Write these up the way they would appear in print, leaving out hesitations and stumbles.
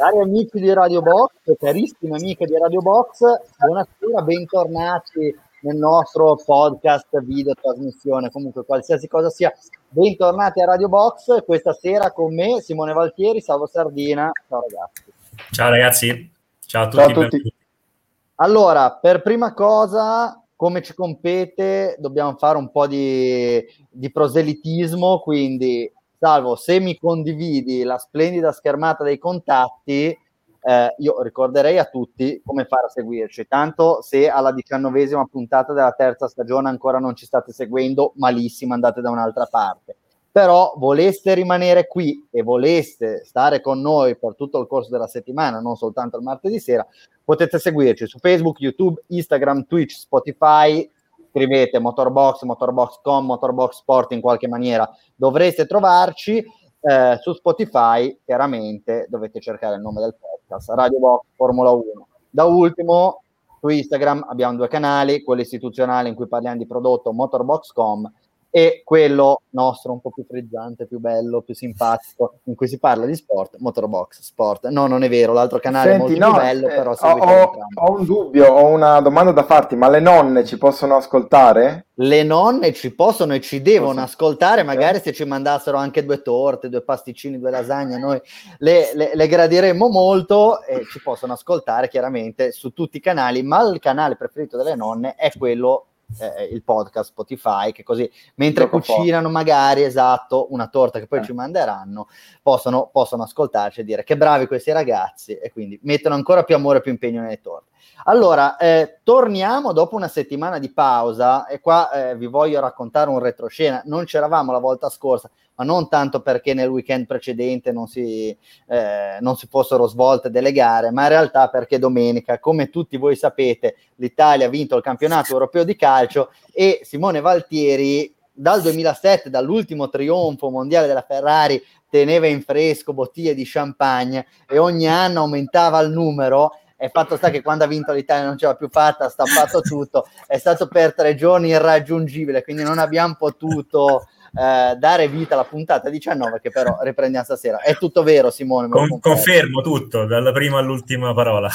Cari amici di Radio Box, carissime amiche di Radio Box, buonasera, bentornati nel nostro podcast, video, trasmissione, comunque qualsiasi cosa sia, bentornati a Radio Box. Questa sera con me Simone Valtieri, Salvo Sardina. Ciao ragazzi. Ciao ragazzi, ciao a tutti. Ciao a tutti. Allora, per prima cosa, come ci compete, dobbiamo fare un po' di proselitismo, quindi Salvo, se mi condividi la splendida schermata dei contatti, io ricorderei a tutti come fare a seguirci. Tanto se alla 19ª puntata della terza stagione ancora non ci state seguendo, malissimo, andate da un'altra parte. Però voleste rimanere qui e voleste stare con noi per tutto il corso della settimana, non soltanto il martedì sera, potete seguirci su Facebook, YouTube, Instagram, Twitch, Spotify. Scrivete Motorbox, Motorbox.com, Motorbox Sport in qualche maniera, dovreste trovarci. Su Spotify chiaramente dovete cercare il nome del podcast, Radio Box Formula 1. Da ultimo su Instagram abbiamo due canali, quello istituzionale in cui parliamo di prodotto, Motorbox.com, e quello nostro un po' più frizzante, più bello, più simpatico, in cui si parla di sport, Motorbox Sport. No, non è vero, l'altro canale è molto più bello, però ho un dubbio, ho una domanda da farti, ma le nonne ci possono ascoltare? Le nonne ci possono e ci devono ascoltare, magari se ci mandassero anche 2 torte, 2 pasticcini, 2 lasagne, noi le gradiremmo molto, e ci possono ascoltare chiaramente su tutti i canali, ma il canale preferito delle nonne è quello, il podcast Spotify, che così mentre cucinano magari, esatto, una torta che poi ci manderanno, possono ascoltarci e dire che bravi questi ragazzi, e quindi mettono ancora più amore e più impegno nelle torte. Allora, torniamo dopo una settimana di pausa, e qua vi voglio raccontare un retroscena. Non c'eravamo la volta scorsa, ma non tanto perché nel weekend precedente non si fossero svolte delle gare, ma in realtà perché domenica, come tutti voi sapete, l'Italia ha vinto il campionato europeo di calcio, e Simone Valtieri dal 2007, dall'ultimo trionfo mondiale della Ferrari, teneva in fresco bottiglie di champagne e ogni anno aumentava il numero. E fatto sta che quando ha vinto l'Italia non ce l'ha più fatta, ha stappato tutto, è stato per 3 giorni irraggiungibile, quindi non abbiamo potuto dare vita alla puntata 19, che però riprendiamo stasera. È tutto vero, Simone? Confermo tutto, dalla prima all'ultima parola.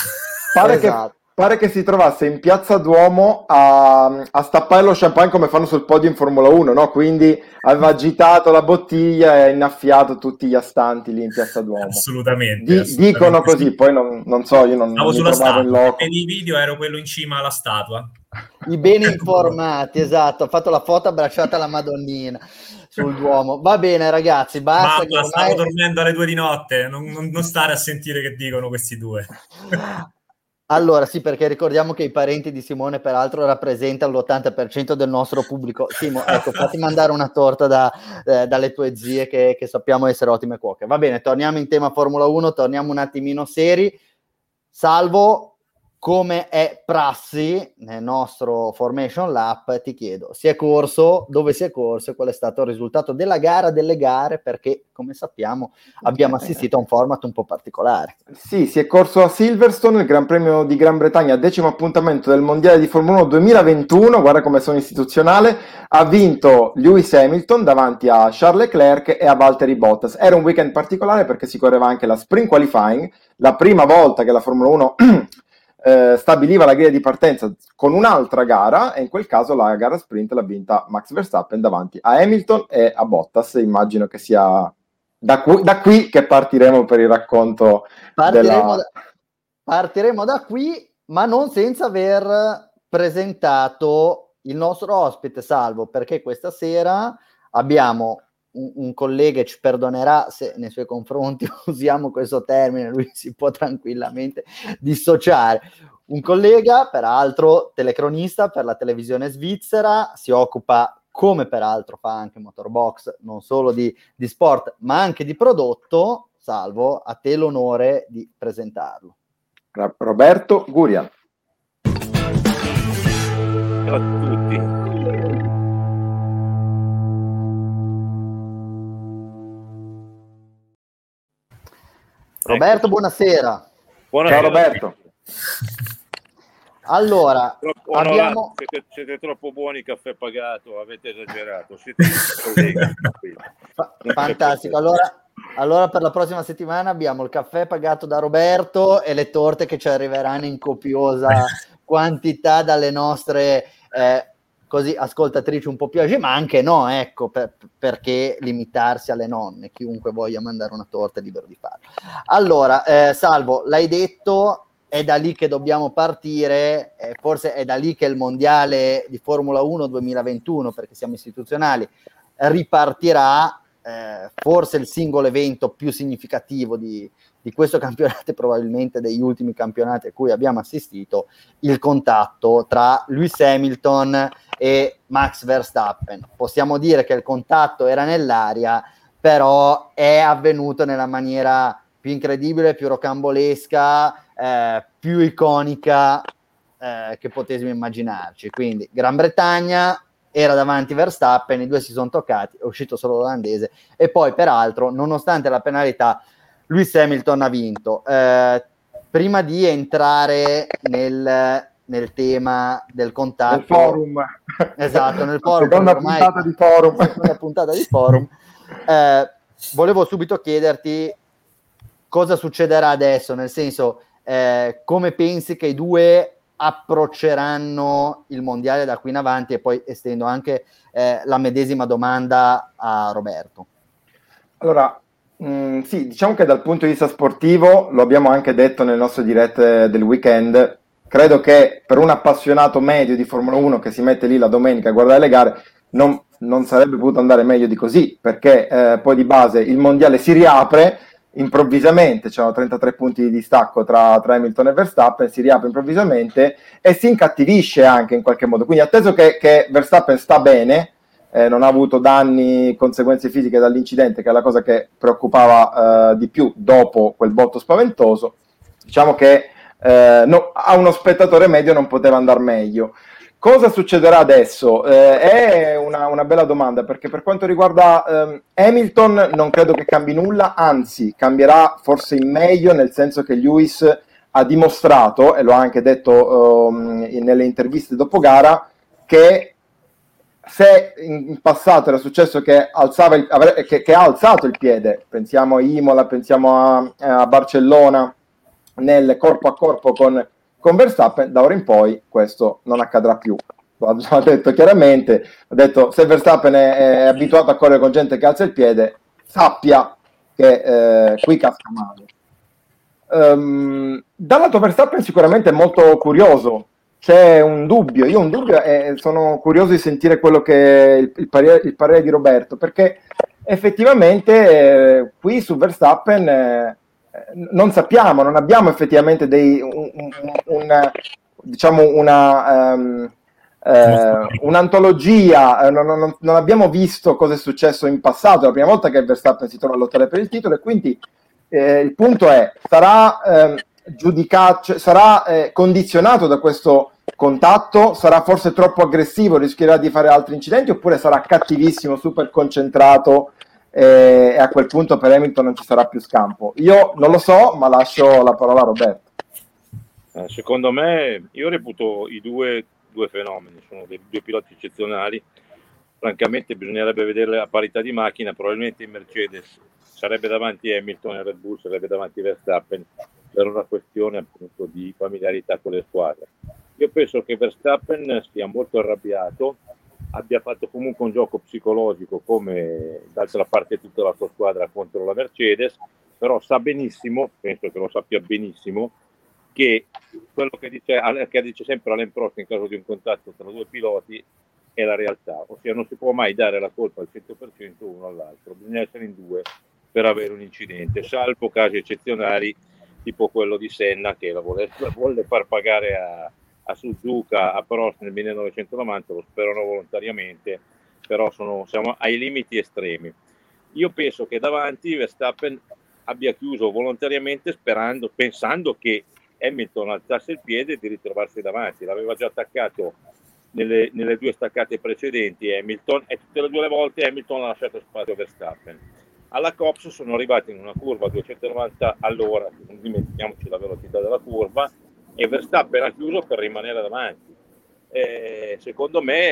Pare che si trovasse in Piazza Duomo a stappare lo champagne come fanno sul podio in Formula 1, no? Quindi aveva agitato la bottiglia e innaffiato tutti gli astanti lì in Piazza Duomo. Assolutamente. Dicono così, sì. Poi non so, io non mi trovavo in loco. E nei video ero quello in cima alla statua. I bene informati, esatto, ha fatto la foto abbracciata alla Madonnina sul Duomo. Va bene ragazzi, basta. Mamma, stavo dormendo alle 2 di notte, non stare a sentire che dicono questi due. Allora, sì, perché ricordiamo che i parenti di Simone peraltro rappresentano l'80% del nostro pubblico. Simo, ecco, fatti mandare una torta dalle tue zie che sappiamo essere ottime cuoche. Va bene, torniamo in tema Formula 1, torniamo un attimino seri. Salvo, come è prassi nel nostro Formation Lap, ti chiedo, si è corso, dove si è corso e qual è stato il risultato della gara, delle gare, perché come sappiamo abbiamo assistito a un format un po' particolare. Sì, si è corso a Silverstone, il Gran Premio di Gran Bretagna, 10° appuntamento del Mondiale di Formula 1 2021, guarda come sono istituzionale, ha vinto Lewis Hamilton davanti a Charles Leclerc e a Valtteri Bottas. Era un weekend particolare perché si correva anche la Sprint Qualifying, la prima volta che la Formula 1 stabiliva la griglia di partenza con un'altra gara, e in quel caso la gara sprint l'ha vinta Max Verstappen davanti a Hamilton e a Bottas. Immagino che sia da qui che partiremo per il racconto. Partiremo da qui, ma non senza aver presentato il nostro ospite, Salvo, perché questa sera abbiamo un collega, ci perdonerà se nei suoi confronti usiamo questo termine, lui si può tranquillamente dissociare. Un collega, peraltro telecronista per la televisione svizzera, si occupa, come peraltro fa anche Motorbox, non solo di sport, ma anche di prodotto. Salvo, a te l'onore di presentarlo. Roberto Guria. Ciao a tutti. Roberto, buonasera. Ciao Roberto. Allora, siete troppo buoni, caffè pagato, avete esagerato, siete colleghi. Fantastico. Allora, Allora per la prossima settimana abbiamo il caffè pagato da Roberto e le torte che ci arriveranno in copiosa quantità dalle nostre così ascoltatrici un po' più age, ma anche no, ecco, perché limitarsi alle nonne? Chiunque voglia mandare una torta è libero di farlo. Allora, Salvo, l'hai detto, è da lì che dobbiamo partire, forse è da lì che il mondiale di Formula 1 2021, perché siamo istituzionali, ripartirà. Forse il singolo evento più significativo di questo campionato e probabilmente degli ultimi campionati a cui abbiamo assistito, il contatto tra Lewis Hamilton e Max Verstappen. Possiamo dire che il contatto era nell'aria, però è avvenuto nella maniera più incredibile, più rocambolesca, più iconica che potessimo immaginarci. Quindi Gran Bretagna, era davanti Verstappen, i due si sono toccati, è uscito solo l'olandese e poi peraltro, nonostante la penalità, Lewis Hamilton ha vinto. Prima di entrare nel tema del contatto, nel forum, esatto, nel forum, seconda puntata di forum, volevo subito chiederti cosa succederà adesso, nel senso, come pensi che i due approcceranno il mondiale da qui in avanti, e poi estendo anche la medesima domanda a Roberto. Allora, sì, diciamo che dal punto di vista sportivo, lo abbiamo anche detto nelle nostre dirette del weekend, credo che per un appassionato medio di Formula 1 che si mette lì la domenica a guardare le gare non sarebbe potuto andare meglio di così, perché poi di base il mondiale si riapre improvvisamente, c'erano 33 punti di distacco tra Hamilton e Verstappen, si riapre improvvisamente e si incattivisce anche in qualche modo, quindi atteso che Verstappen sta bene, non ha avuto danni, conseguenze fisiche dall'incidente, che è la cosa che preoccupava di più dopo quel botto spaventoso, diciamo che a uno spettatore medio non poteva andare meglio. Cosa succederà adesso? È una bella domanda, perché per quanto riguarda Hamilton non credo che cambi nulla, anzi cambierà forse in meglio, nel senso che Lewis ha dimostrato, e lo ha anche detto nelle interviste dopo gara, che se in passato era successo che ha alzato il piede, pensiamo a Imola, pensiamo a Barcellona, nel corpo a corpo con Verstappen, da ora in poi questo non accadrà più. L'ha detto chiaramente, ha detto se Verstappen è abituato a correre con gente che alza il piede, sappia che qui casca male. Dal lato Verstappen sicuramente è molto curioso, c'è un dubbio, e sono curioso di sentire quello che il parere di Roberto, perché effettivamente qui su Verstappen non sappiamo, non abbiamo effettivamente un'antologia, non abbiamo visto cosa è successo in passato, è la prima volta che Verstappen si trova a lottare per il titolo, e quindi il punto è, sarà giudicato, sarà condizionato da questo contatto, sarà forse troppo aggressivo, rischierà di fare altri incidenti, oppure sarà cattivissimo, super concentrato, e a quel punto per Hamilton non ci sarà più scampo. Io non lo so, ma lascio la parola a Roberto. Secondo me, io reputo i due fenomeni, sono dei due piloti eccezionali. Francamente bisognerebbe vederle a parità di macchina, probabilmente in Mercedes sarebbe davanti Hamilton e Red Bull sarebbe davanti Verstappen, per una questione appunto di familiarità con le squadre. Io penso che Verstappen sia molto arrabbiato, abbia fatto comunque un gioco psicologico come d'altra parte tutta la sua squadra contro la Mercedes, però sa benissimo, penso che lo sappia benissimo, che quello che dice sempre Alain Prost in caso di un contatto tra due piloti è la realtà, ossia non si può mai dare la colpa al 100% uno all'altro, bisogna essere in due per avere un incidente, salvo casi eccezionali tipo quello di Senna che la volle far pagare a Suzuka, a Prost nel 1990, lo sperano volontariamente, però siamo ai limiti estremi. Io penso che davanti Verstappen abbia chiuso volontariamente pensando che Hamilton alzasse il piede e di ritrovarsi davanti, l'aveva già attaccato nelle due staccate precedenti Hamilton, e tutte e due le volte Hamilton ha lasciato spazio a Verstappen. Alla Copse sono arrivati in una curva a 290 all'ora, non dimentichiamoci la velocità della curva, e Verstappen ha chiuso per rimanere davanti. Secondo me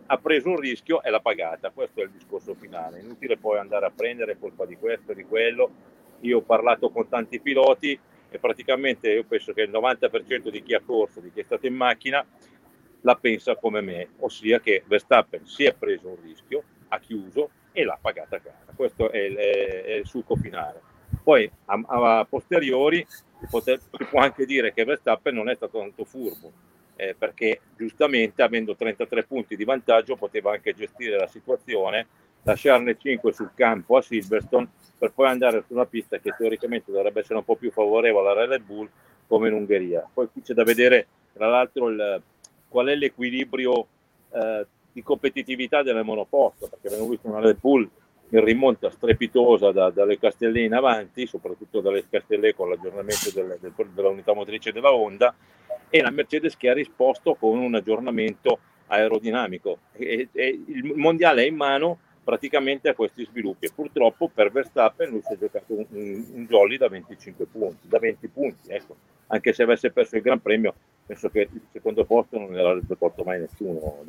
ha preso un rischio e l'ha pagata. Questo è il discorso finale. Inutile poi andare a prendere colpa di questo e di quello. Io ho parlato con tanti piloti e praticamente io penso che il 90% di chi ha corso, di chi è stato in macchina, la pensa come me, ossia che Verstappen si è preso un rischio, ha chiuso e l'ha pagata cara. Questo è il succo finale. Poi a posteriori si può anche dire che Verstappen non è stato tanto furbo, perché giustamente avendo 33 punti di vantaggio poteva anche gestire la situazione, lasciarne 5 sul campo a Silverstone per poi andare su una pista che teoricamente dovrebbe essere un po' più favorevole alla Red Bull, come in Ungheria. Poi qui c'è da vedere tra l'altro qual è l'equilibrio di competitività delle monoposto, perché abbiamo visto una Red Bull in rimonta strepitosa dalle Castellet in avanti, soprattutto dalle Castellet con l'aggiornamento della unità motrice della Honda, e la Mercedes che ha risposto con un aggiornamento aerodinamico. E il mondiale è in mano praticamente a questi sviluppi, e purtroppo per Verstappen lui si è giocato un jolly da 25 punti, da 20 punti, ecco. Anche se avesse perso il Gran Premio, penso che il secondo posto non l'avrebbe portato mai nessuno.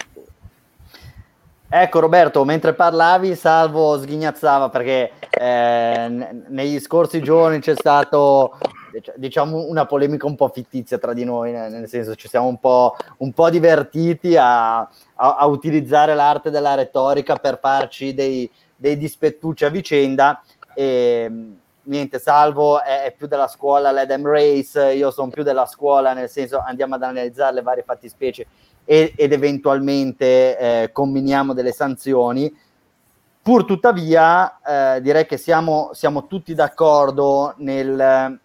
Ecco Roberto, mentre parlavi Salvo sghignazzava perché negli scorsi giorni c'è stato, diciamo, una polemica un po' fittizia tra di noi, nel senso ci siamo un po' divertiti a utilizzare l'arte della retorica per farci dei dispettucci a vicenda. E niente, Salvo è più della scuola l'Adam Race, io sono più della scuola, nel senso andiamo ad analizzare le varie fattispecie ed eventualmente combiniamo delle sanzioni. Pur tuttavia direi che siamo tutti d'accordo nel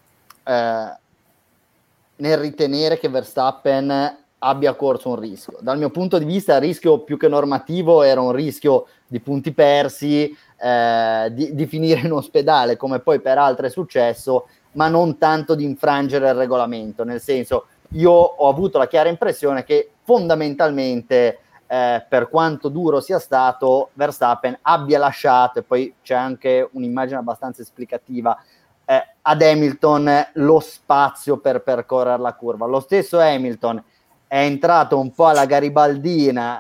ritenere che Verstappen abbia corso un rischio. Dal mio punto di vista il rischio più che normativo era un rischio di punti persi, di finire in ospedale, come poi peraltro è successo, ma non tanto di infrangere il regolamento, nel senso io ho avuto la chiara impressione che fondamentalmente per quanto duro sia stato Verstappen abbia lasciato, e poi c'è anche un'immagine abbastanza esplicativa, ad Hamilton lo spazio per percorrere la curva. Lo stesso Hamilton è entrato un po' alla garibaldina,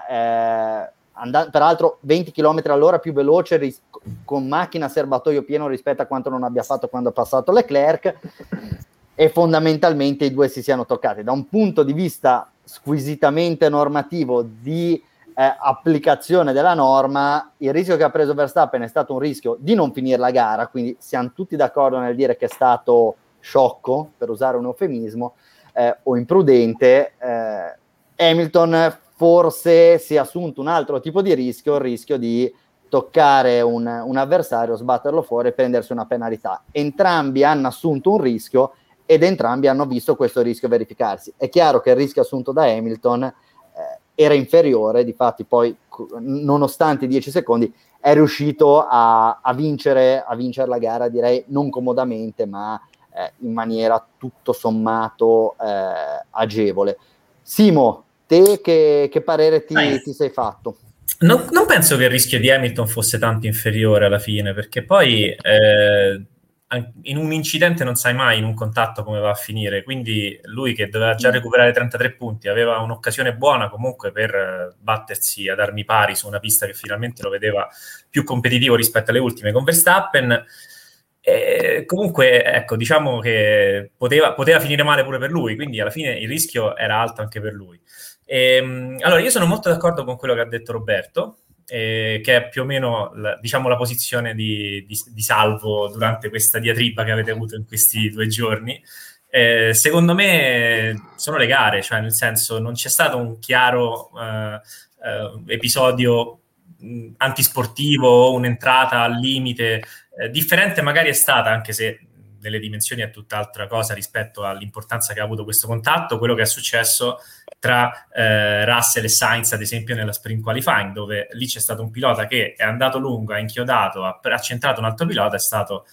peraltro 20 km all'ora più veloce con macchina a serbatoio pieno rispetto a quanto non abbia fatto quando ha passato Leclerc, e fondamentalmente i due si siano toccati. Da un punto di vista squisitamente normativo di applicazione della norma, il rischio che ha preso Verstappen è stato un rischio di non finire la gara, quindi siamo tutti d'accordo nel dire che è stato sciocco, per usare un eufemismo, o imprudente. Hamilton forse si è assunto un altro tipo di rischio, il rischio di toccare un avversario, sbatterlo fuori e prendersi una penalità. Entrambi hanno assunto un rischio ed entrambi hanno visto questo rischio verificarsi. È chiaro che il rischio assunto da Hamilton era inferiore, difatti poi nonostante i 10 secondi è riuscito a vincere la gara, direi non comodamente, ma in maniera tutto sommato agevole. Simo, te che parere ti sei fatto? Non penso che il rischio di Hamilton fosse tanto inferiore alla fine, perché poi in un incidente non sai mai in un contatto come va a finire, quindi lui che doveva già recuperare 33 punti aveva un'occasione buona comunque per battersi ad armi pari su una pista che finalmente lo vedeva più competitivo rispetto alle ultime con Verstappen. Comunque ecco, diciamo che poteva finire male pure per lui, quindi alla fine il rischio era alto anche per lui. Allora io sono molto d'accordo con quello che ha detto Roberto, che è più o meno la posizione di Salvo durante questa diatriba che avete avuto in questi 2 giorni. Secondo me sono le gare, cioè nel senso non c'è stato un chiaro episodio antisportivo o un'entrata al limite. Differente magari è stata, anche se nelle dimensioni è tutt'altra cosa rispetto all'importanza che ha avuto questo contatto, quello che è successo tra Russell e Sainz, ad esempio nella sprint qualifying, dove lì c'è stato un pilota che è andato lungo, ha inchiodato, ha centrato un altro pilota, è stato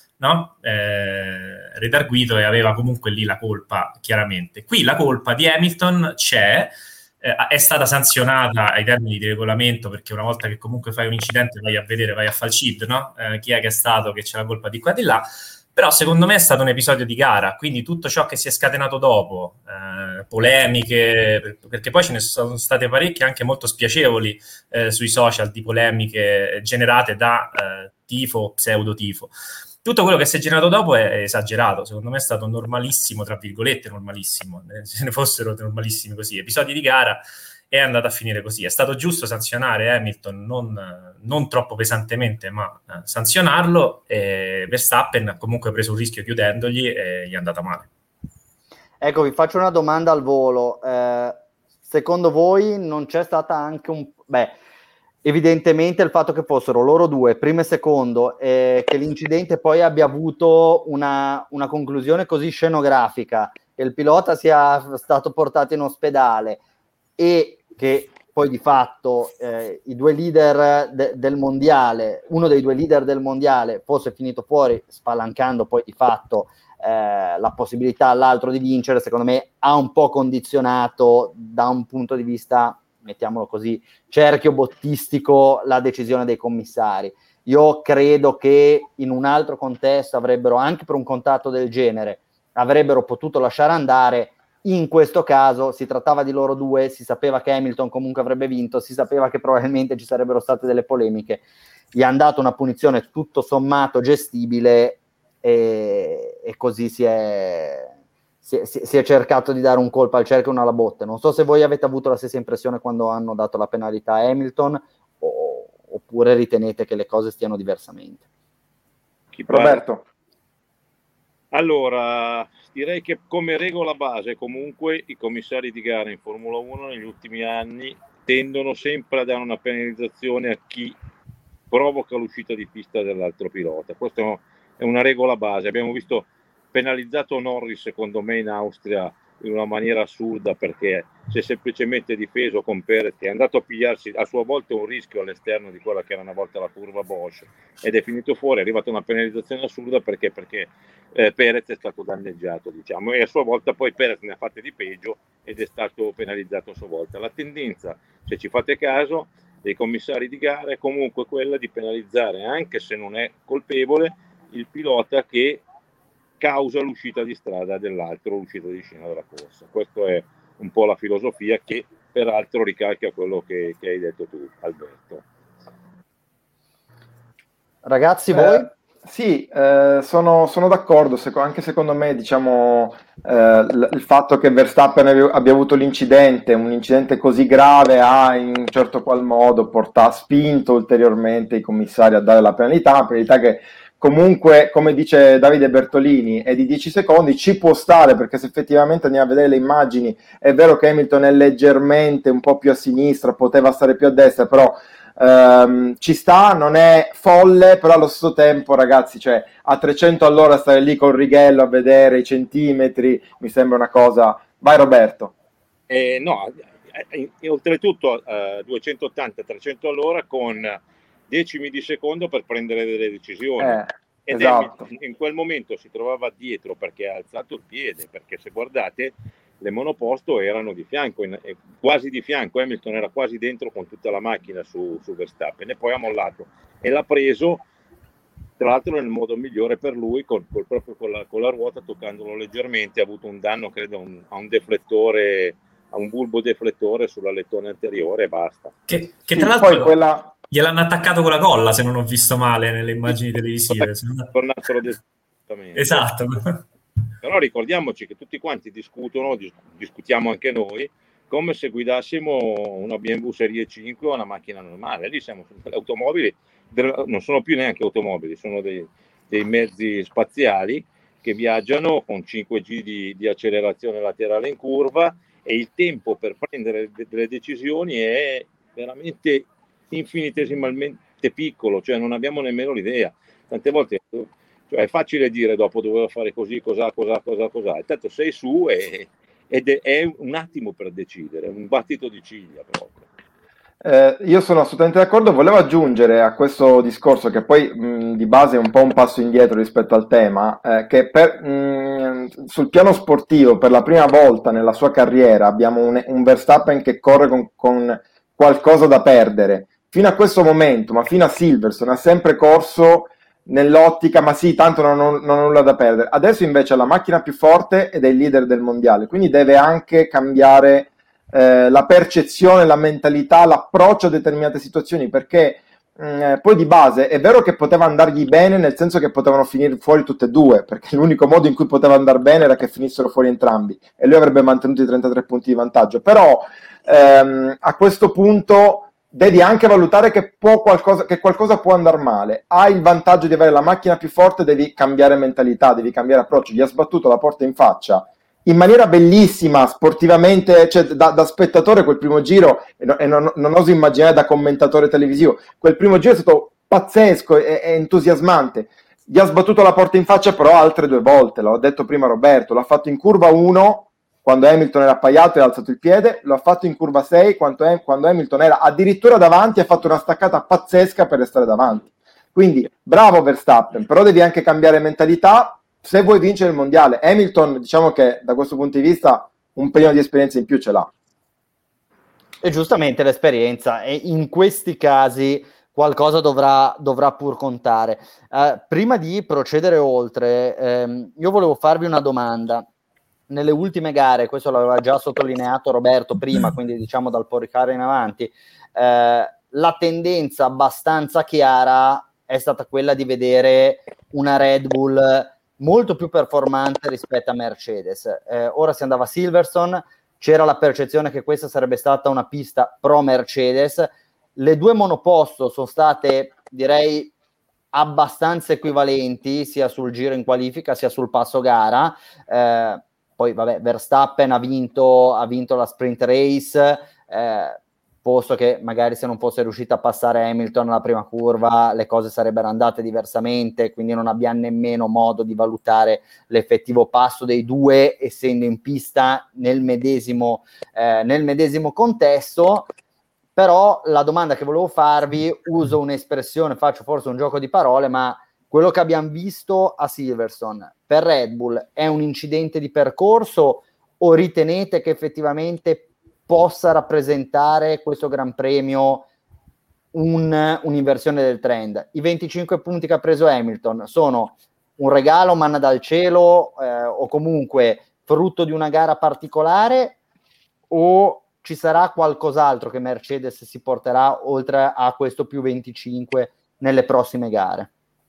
redarguito e aveva comunque lì la colpa, chiaramente. Qui la colpa di Hamilton c'è, è stata sanzionata ai termini di regolamento, perché una volta che comunque fai un incidente vai a vedere, vai a fare il CID, no? Chi è che è stato, che c'è la colpa di qua e di là. Però secondo me è stato un episodio di gara, quindi tutto ciò che si è scatenato dopo, polemiche, perché poi ce ne sono state parecchie anche molto spiacevoli sui social, di polemiche generate da tifo, pseudo-tifo. Tutto quello che si è generato dopo è esagerato, secondo me è stato normalissimo, tra virgolette normalissimo, se ne fossero normalissimi così, episodi di gara, è andata a finire così. È stato giusto sanzionare Hamilton, non troppo pesantemente, ma sanzionarlo, e Verstappen ha comunque preso un rischio chiudendogli e gli è andata male. Ecco, vi faccio una domanda al volo. Secondo voi non c'è stata anche evidentemente il fatto che fossero loro due, primo e secondo, che l'incidente poi abbia avuto una conclusione così scenografica, che il pilota sia stato portato in ospedale e che poi di fatto i due leader del mondiale, uno dei due leader del mondiale fosse finito fuori, spalancando poi di fatto la possibilità all'altro di vincere, secondo me ha un po' condizionato da un punto di vista, mettiamolo così, cerchio bottistico, la decisione dei commissari. Io credo che in un altro contesto avrebbero, anche per un contatto del genere, avrebbero potuto lasciare andare. In questo caso si trattava di loro due, si sapeva che Hamilton comunque avrebbe vinto, si sapeva che probabilmente ci sarebbero state delle polemiche, gli hanno dato una punizione tutto sommato gestibile e così si è cercato di dare un colpo al cerchio e una alla botte. Non so se voi avete avuto la stessa impressione quando hanno dato la penalità a Hamilton oppure ritenete che le cose stiano diversamente. Roberto? Allora, direi che come regola base comunque i commissari di gara in Formula 1 negli ultimi anni tendono sempre a dare una penalizzazione a chi provoca l'uscita di pista dell'altro pilota. Questa è una regola base. Abbiamo visto penalizzato Norris secondo me in Austria in una maniera assurda, perché si è semplicemente difeso con Perez, che è andato a pigliarsi a sua volta un rischio all'esterno di quella che era una volta la curva Bosch ed è finito fuori. È arrivata una penalizzazione assurda perché Perez è stato danneggiato, diciamo, e a sua volta poi Perez ne ha fatte di peggio ed è stato penalizzato a sua volta. La tendenza, se ci fate caso, dei commissari di gara è comunque quella di penalizzare, anche se non è colpevole, il pilota che causa l'uscita di strada dell'altro, l'uscita di scena della corsa. Questa è un po' la filosofia, che peraltro ricalca quello che hai detto tu, Alberto. Ragazzi, voi? Sì, sono d'accordo. Anche secondo me, diciamo, il fatto che Verstappen abbia avuto un incidente così grave ha in un certo qual modo spinto ulteriormente i commissari a dare la penalità che comunque, come dice Davide Bertolini, è di 10 secondi, ci può stare, perché se effettivamente andiamo a vedere le immagini, è vero che Hamilton è leggermente un po' più a sinistra, poteva stare più a destra, però ci sta, non è folle, però allo stesso tempo, ragazzi, cioè a 300 all'ora stare lì col righello a vedere i centimetri, mi sembra una cosa... Vai Roberto. No, e oltretutto 280-300 all'ora con decimi di secondo per prendere delle decisioni. Ed esatto. In quel momento si trovava dietro perché ha alzato il piede, perché se guardate le monoposto erano di fianco, quasi di fianco. Hamilton era quasi dentro con tutta la macchina su Verstappen e poi ha mollato e l'ha preso, tra l'altro nel modo migliore per lui, proprio con la ruota, toccandolo leggermente. Ha avuto un danno, credo, a un deflettore, a un bulbo deflettore sull'alettone anteriore e basta. Che tra l'altro gliel'hanno attaccato con la colla, se non ho visto male nelle immagini televisive. Esatto. Però ricordiamoci che tutti quanti discutiamo anche noi, come se guidassimo una BMW Serie 5 o una macchina normale. Lì siamo le automobili, non sono più neanche automobili, sono dei mezzi spaziali che viaggiano con 5G di accelerazione laterale in curva, e il tempo per prendere delle decisioni è veramente infinitesimalmente piccolo, cioè non abbiamo nemmeno l'idea. Tante volte è facile dire dopo dovevo fare così, cos'ha, e tanto sei su ed è un attimo per decidere, un battito di ciglia proprio. Io sono assolutamente d'accordo. Volevo aggiungere a questo discorso, che poi di base è un po' un passo indietro rispetto al tema, che sul piano sportivo per la prima volta nella sua carriera abbiamo un Verstappen che corre con qualcosa da perdere. Fino a questo momento, ma fino a Silverstone, ha sempre corso nell'ottica, ma sì, tanto non ho nulla da perdere. Adesso invece è la macchina più forte ed è il leader del mondiale, quindi deve anche cambiare la percezione, la mentalità, l'approccio a determinate situazioni, perché poi di base è vero che poteva andargli bene, nel senso che potevano finire fuori tutte e due, perché l'unico modo in cui poteva andare bene era che finissero fuori entrambi e lui avrebbe mantenuto i 33 punti di vantaggio, però a questo punto devi anche valutare che qualcosa può andare male. Hai il vantaggio di avere la macchina più forte, devi cambiare mentalità, devi cambiare approccio. Gli ha sbattuto la porta in faccia in maniera bellissima, sportivamente, cioè da spettatore quel primo giro, e non oso immaginare da commentatore televisivo, quel primo giro è stato pazzesco e entusiasmante. Gli ha sbattuto la porta in faccia però altre 2 volte, l'ho detto prima Roberto, l'ha fatto in curva 1 quando Hamilton era appaiato e ha alzato il piede, l'ha fatto in curva 6 quando Hamilton era addirittura davanti, ha fatto una staccata pazzesca per restare davanti. Quindi bravo Verstappen, però devi anche cambiare mentalità se vuoi vincere il mondiale. Hamilton, diciamo che da questo punto di vista un pelino di esperienza in più ce l'ha. E giustamente l'esperienza, e in questi casi qualcosa dovrà pur contare. Prima di procedere oltre, io volevo farvi una domanda. Nelle ultime gare, questo l'aveva già sottolineato Roberto prima, quindi diciamo dal Poricaro in avanti, la tendenza abbastanza chiara è stata quella di vedere una Red Bull molto più performante rispetto a Mercedes. Ora si andava a Silverstone, c'era la percezione che questa sarebbe stata una pista pro Mercedes. Le 2 monoposto sono state, direi, abbastanza equivalenti sia sul giro in qualifica sia sul passo gara. Poi vabbè, Verstappen ha vinto la sprint race, posto che magari se non fosse riuscito a passare Hamilton alla prima curva le cose sarebbero andate diversamente, quindi non abbiamo nemmeno modo di valutare l'effettivo passo dei due essendo in pista nel medesimo contesto. Però la domanda che volevo farvi, uso un'espressione, faccio forse un gioco di parole, ma quello che abbiamo visto a Silverstone per Red Bull è un incidente di percorso o ritenete che effettivamente possa rappresentare questo Gran Premio un'inversione del trend? I 25 punti che ha preso Hamilton sono un regalo manna dal cielo o comunque frutto di una gara particolare, o ci sarà qualcos'altro che Mercedes si porterà oltre a questo più 25 nelle prossime gare?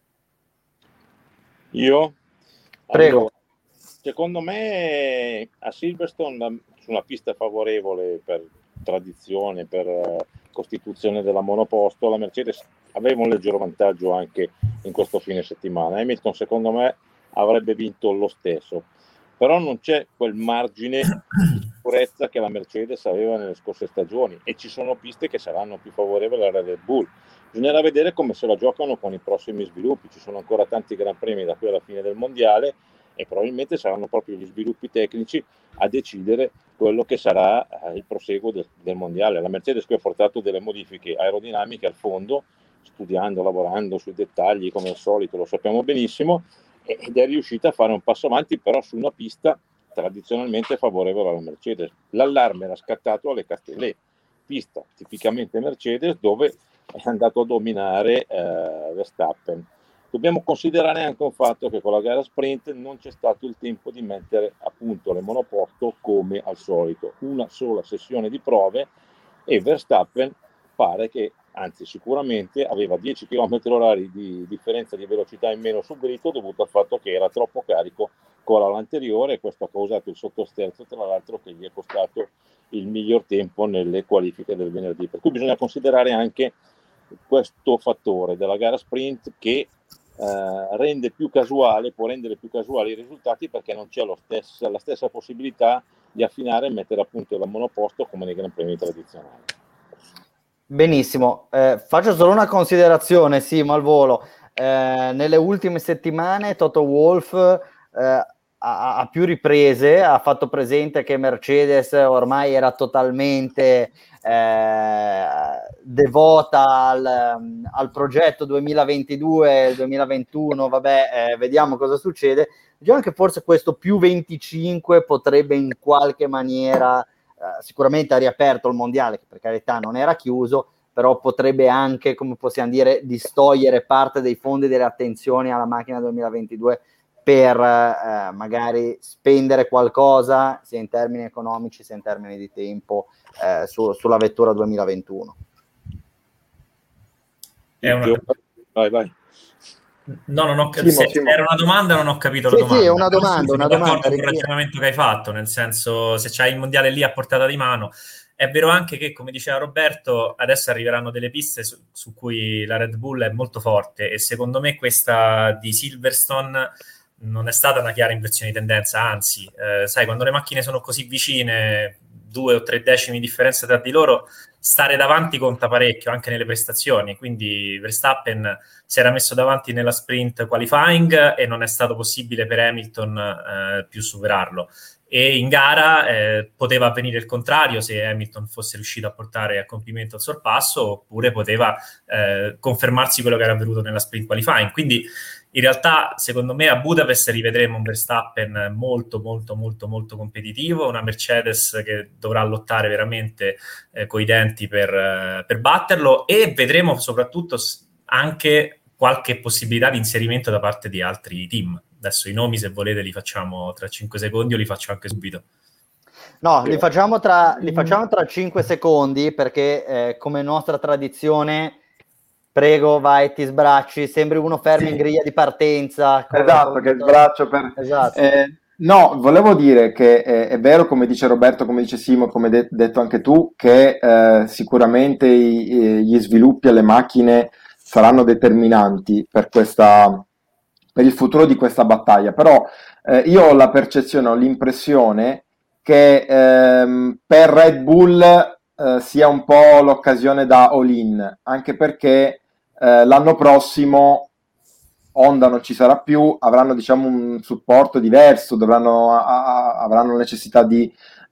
Io? Prego. Allora, secondo me a Silverstone, su una pista favorevole per tradizione, per costituzione della monoposto, la Mercedes aveva un leggero vantaggio anche in questo fine settimana. Hamilton secondo me avrebbe vinto lo stesso, però non c'è quel margine di sicurezza che la Mercedes aveva nelle scorse stagioni, e ci sono piste che saranno più favorevoli alla Red Bull. Bisognerà vedere come se la giocano con i prossimi sviluppi. Ci sono ancora tanti Gran Premi da qui alla fine del mondiale e probabilmente saranno proprio gli sviluppi tecnici a decidere quello che sarà il proseguo del mondiale. La Mercedes qui ha portato delle modifiche aerodinamiche al fondo, studiando, lavorando sui dettagli come al solito, lo sappiamo benissimo, ed è riuscita a fare un passo avanti però su una pista tradizionalmente favorevole alla Mercedes. L'allarme era scattato alle Castellet, pista tipicamente Mercedes dove è andato a dominare Verstappen. Dobbiamo considerare anche un fatto che con la gara sprint non c'è stato il tempo di mettere a punto le monoposto come al solito, una sola sessione di prove, e Verstappen pare che, anzi sicuramente, aveva 10 km/h di differenza di velocità in meno sul grid dovuto al fatto che era troppo carico con l'anteriore, e questo ha causato il sottosterzo, tra l'altro, che gli è costato il miglior tempo nelle qualifiche del venerdì. Per cui bisogna considerare anche questo fattore della gara sprint che rende più casuale, può rendere più casuali i risultati, perché non c'è la stessa possibilità di affinare e mettere a punto la monoposto come nei Gran Premi tradizionali. Benissimo, faccio solo una considerazione, Simo, al volo. Nelle ultime settimane Toto Wolff a più riprese ha fatto presente che Mercedes ormai era totalmente devota al progetto 2022-2021, vabbè, vediamo cosa succede. Diciamo che forse questo più 25 potrebbe in qualche maniera, sicuramente ha riaperto il mondiale, che per carità non era chiuso, però potrebbe anche, come possiamo dire, distogliere parte dei fondi delle attenzioni alla macchina 2022 per magari spendere qualcosa sia in termini economici sia in termini di tempo sulla vettura 2021. Vai. No, non ho Simo. era una domanda, non ho capito la domanda. Sì, è una domanda. Sono d'accordo con il ragionamento che hai fatto, nel senso, se c'hai il mondiale lì a portata di mano. È vero anche che, come diceva Roberto, adesso arriveranno delle piste su cui la Red Bull è molto forte, e secondo me questa di Silverstone non è stata una chiara inversione di tendenza, anzi, sai, quando le macchine sono così vicine, 2 o 3 decimi di differenza tra di loro, stare davanti conta parecchio anche nelle prestazioni, quindi Verstappen si era messo davanti nella sprint qualifying e non è stato possibile per Hamilton più superarlo, e in gara poteva avvenire il contrario se Hamilton fosse riuscito a portare a compimento il sorpasso, oppure poteva confermarsi quello che era avvenuto nella sprint qualifying. Quindi in realtà, secondo me, a Budapest rivedremo un Verstappen molto, molto, molto, molto competitivo, una Mercedes che dovrà lottare veramente coi denti per batterlo, e vedremo soprattutto anche qualche possibilità di inserimento da parte di altri team. Adesso i nomi, se volete, li facciamo tra 5 secondi o li faccio anche subito. No, li facciamo tra 5 secondi perché come nostra tradizione... Prego, vai, ti sbracci, sembri uno fermo in griglia di partenza. Esatto, che sbraccio per... Esatto. No, volevo dire che è vero, come dice Roberto, come dice Simo, come detto anche tu, che sicuramente gli sviluppi alle macchine saranno determinanti per il futuro di questa battaglia, però io ho la percezione, ho l'impressione che per Red Bull sia un po' l'occasione da all-in, anche perché l'anno prossimo Honda non ci sarà più, avranno diciamo un supporto diverso, avranno necessità di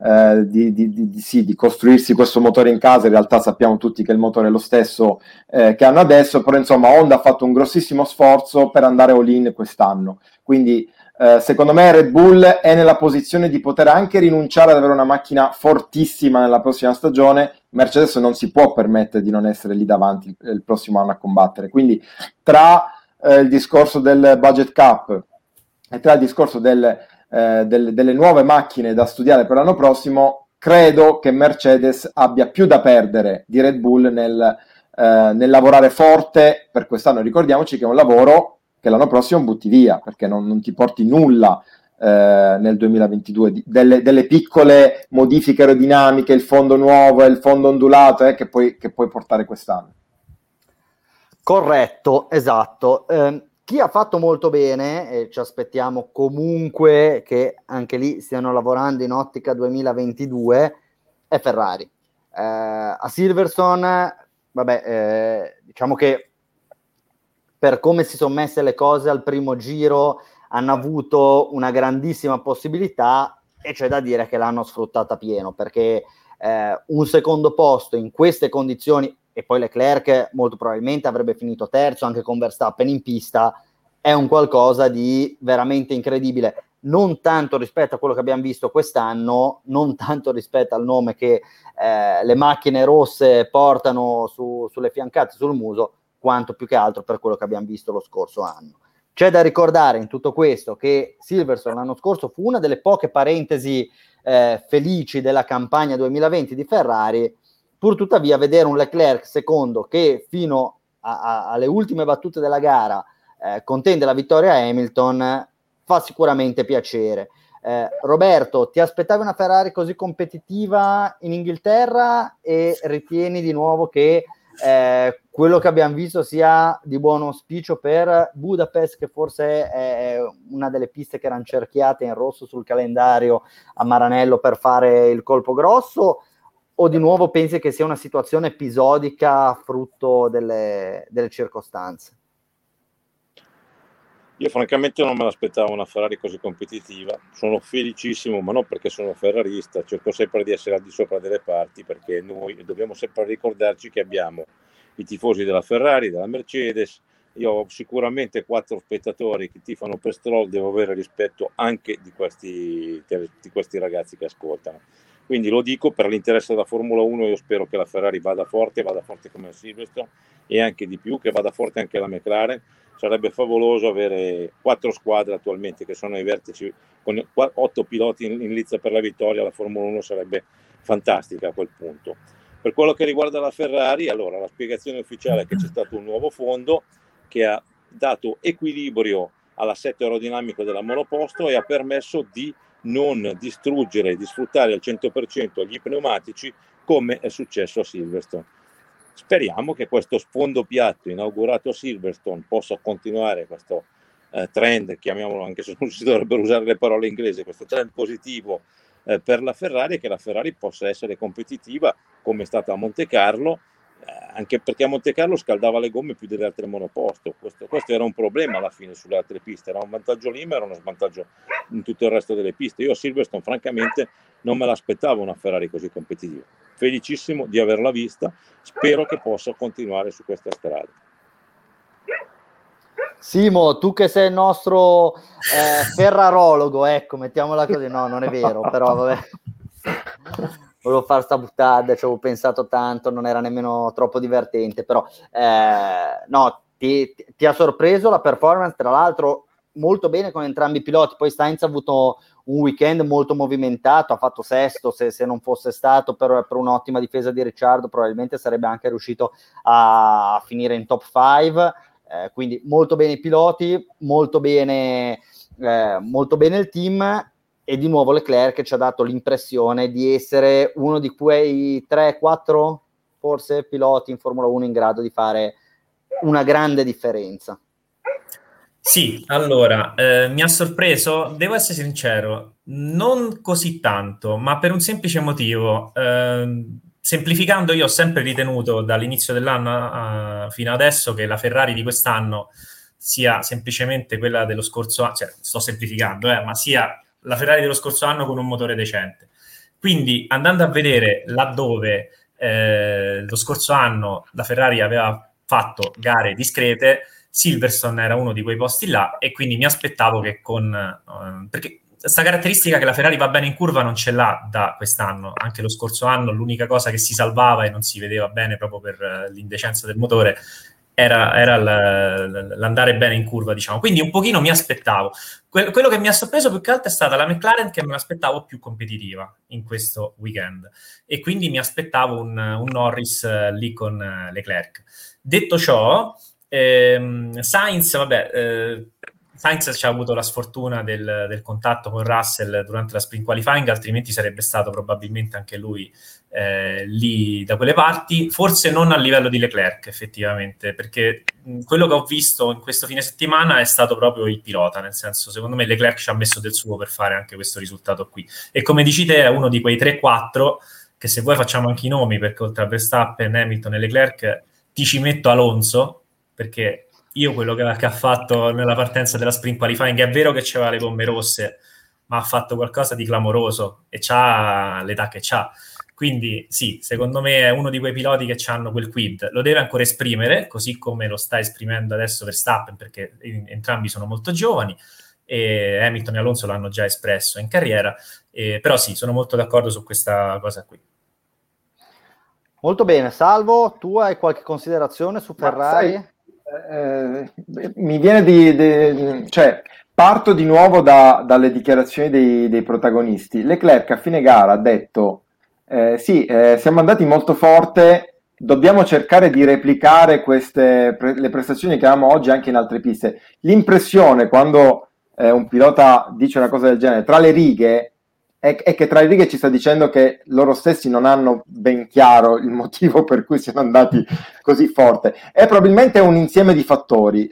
costruirsi questo motore in casa. In realtà sappiamo tutti che il motore è lo stesso che hanno adesso, però insomma Honda ha fatto un grossissimo sforzo per andare all-in quest'anno, quindi secondo me Red Bull è nella posizione di poter anche rinunciare ad avere una macchina fortissima nella prossima stagione. Mercedes non si può permettere di non essere lì davanti il prossimo anno a combattere, quindi tra il discorso del budget cap e tra il discorso delle nuove macchine da studiare per l'anno prossimo, credo che Mercedes abbia più da perdere di Red Bull nel lavorare forte per quest'anno. Ricordiamoci che è un lavoro che l'anno prossimo butti via, perché non ti porti nulla nel 2022, delle piccole modifiche aerodinamiche, il fondo nuovo e il fondo ondulato che puoi portare quest'anno. Corretto, esatto. Chi ha fatto molto bene, e ci aspettiamo comunque che anche lì stiano lavorando in ottica 2022, è Ferrari. A Silverstone, diciamo che per come si sono messe le cose al primo giro hanno avuto una grandissima possibilità, e c'è da dire che l'hanno sfruttata pieno, perché un secondo posto in queste condizioni, e poi Leclerc molto probabilmente avrebbe finito terzo anche con Verstappen in pista, è un qualcosa di veramente incredibile, non tanto rispetto a quello che abbiamo visto quest'anno, non tanto rispetto al nome che le macchine rosse portano sulle fiancate, sul muso, quanto più che altro per quello che abbiamo visto lo scorso anno. C'è da ricordare in tutto questo che Silverstone l'anno scorso fu una delle poche parentesi felici della campagna 2020 di Ferrari. Pur tuttavia vedere un Leclerc secondo che fino alle ultime battute della gara contende la vittoria a Hamilton fa sicuramente piacere. Roberto, ti aspettavi una Ferrari così competitiva in Inghilterra, e ritieni di nuovo che quello che abbiamo visto sia di buon auspicio per Budapest, che forse è una delle piste che erano cerchiate in rosso sul calendario a Maranello per fare il colpo grosso, o di nuovo pensi che sia una situazione episodica frutto delle circostanze? Io francamente non me l'aspettavo una Ferrari così competitiva, sono felicissimo, ma non perché sono ferrarista, cerco sempre di essere al di sopra delle parti, perché noi dobbiamo sempre ricordarci che abbiamo i tifosi della Ferrari, della Mercedes. Io ho sicuramente 4 spettatori che tifano per Stroll, devo avere rispetto anche di questi ragazzi che ascoltano. Quindi lo dico per l'interesse della Formula 1, io spero che la Ferrari vada forte come a Silverstone, e anche di più, che vada forte anche la McLaren. Sarebbe favoloso avere 4 squadre attualmente che sono ai vertici, con 8 piloti in lizza per la vittoria. La Formula 1 sarebbe fantastica a quel punto. Per quello che riguarda la Ferrari, allora la spiegazione ufficiale è che c'è stato un nuovo fondo che ha dato equilibrio all'assetto aerodinamico della monoposto e ha permesso di non distruggere, di sfruttare al 100% gli pneumatici, come è successo a Silverstone. Speriamo che questo sfondo piatto inaugurato a Silverstone possa continuare questo trend, chiamiamolo, anche se non si dovrebbero usare le parole inglesi, questo trend positivo per la Ferrari, e che la Ferrari possa essere competitiva come è stata a Monte Carlo, anche perché a Monte Carlo scaldava le gomme più delle altre monoposto. Questo era un problema alla fine sulle altre piste, era un vantaggio lì ma era uno svantaggio in tutto il resto delle piste. Io a Silverstone francamente non me l'aspettavo una Ferrari così competitiva. Felicissimo di averla vista, spero che possa continuare su questa strada. Simo, tu che sei il nostro ferrarologo, ecco, mettiamola così. No, non è vero, però vabbè. Volevo fare sta buttata, ci avevo pensato tanto, non era nemmeno troppo divertente, però no, ti ha sorpreso la performance, tra l'altro molto bene con entrambi i piloti. Poi Sainz ha avuto un weekend molto movimentato, ha fatto sesto, se non fosse stato per un'ottima difesa di Ricciardo probabilmente sarebbe anche riuscito a finire in top 5, quindi molto bene i piloti, molto bene il team. E di nuovo Leclerc ci ha dato l'impressione di essere uno di quei 3-4 forse piloti in Formula 1 in grado di fare una grande differenza. Sì, allora, mi ha sorpreso, devo essere sincero, non così tanto, ma per un semplice motivo. Semplificando, io ho sempre ritenuto dall'inizio dell'anno fino adesso che la Ferrari di quest'anno sia semplicemente quella dello scorso anno, cioè sto semplificando, ma sia la Ferrari dello scorso anno con un motore decente. Quindi andando a vedere laddove lo scorso anno la Ferrari aveva fatto gare discrete, Silverstone era uno di quei posti là, e quindi mi aspettavo che perché questa caratteristica che la Ferrari va bene in curva non ce l'ha da quest'anno. Anche lo scorso anno l'unica cosa che si salvava e non si vedeva bene proprio per l'indecenza del motore era l'andare bene in curva, diciamo. Quindi un pochino mi aspettavo. Quello che mi ha sorpreso più che altro è stata la McLaren, che me l'aspettavo più competitiva in questo weekend, e quindi mi aspettavo un Norris lì con Leclerc. Detto ciò, Sainz, Sainz ci ha avuto la sfortuna del contatto con Russell durante la sprint qualifying, altrimenti sarebbe stato probabilmente anche lui lì da quelle parti, forse non a livello di Leclerc effettivamente, perché quello che ho visto in questo fine settimana è stato proprio il pilota, nel senso, secondo me Leclerc ci ha messo del suo per fare anche questo risultato qui, e come dici te è uno di quei 3-4 che, se vuoi facciamo anche i nomi, perché oltre a Verstappen, Hamilton e Leclerc ti ci metto Alonso, perché io quello che ha fatto nella partenza della sprint qualifying, è vero che c'aveva le gomme rosse, ma ha fatto qualcosa di clamoroso e c'ha l'età che c'ha. Quindi sì, secondo me è uno di quei piloti che hanno quel quid. Lo deve ancora esprimere, così come lo sta esprimendo adesso Verstappen, perché entrambi sono molto giovani, e Hamilton e Alonso l'hanno già espresso in carriera, però sì, sono molto d'accordo su questa cosa qui. Molto bene, Salvo, tu hai qualche considerazione su Ferrari? Mi viene cioè, parto di nuovo dalle dichiarazioni dei protagonisti. Leclerc a fine gara ha detto siamo andati molto forte, dobbiamo cercare di replicare le prestazioni che avevamo oggi anche in altre piste. L'impressione, quando un pilota dice una cosa del genere, tra le righe, è che tra le righe ci sta dicendo che loro stessi non hanno ben chiaro il motivo per cui siano andati così forte. È probabilmente un insieme di fattori,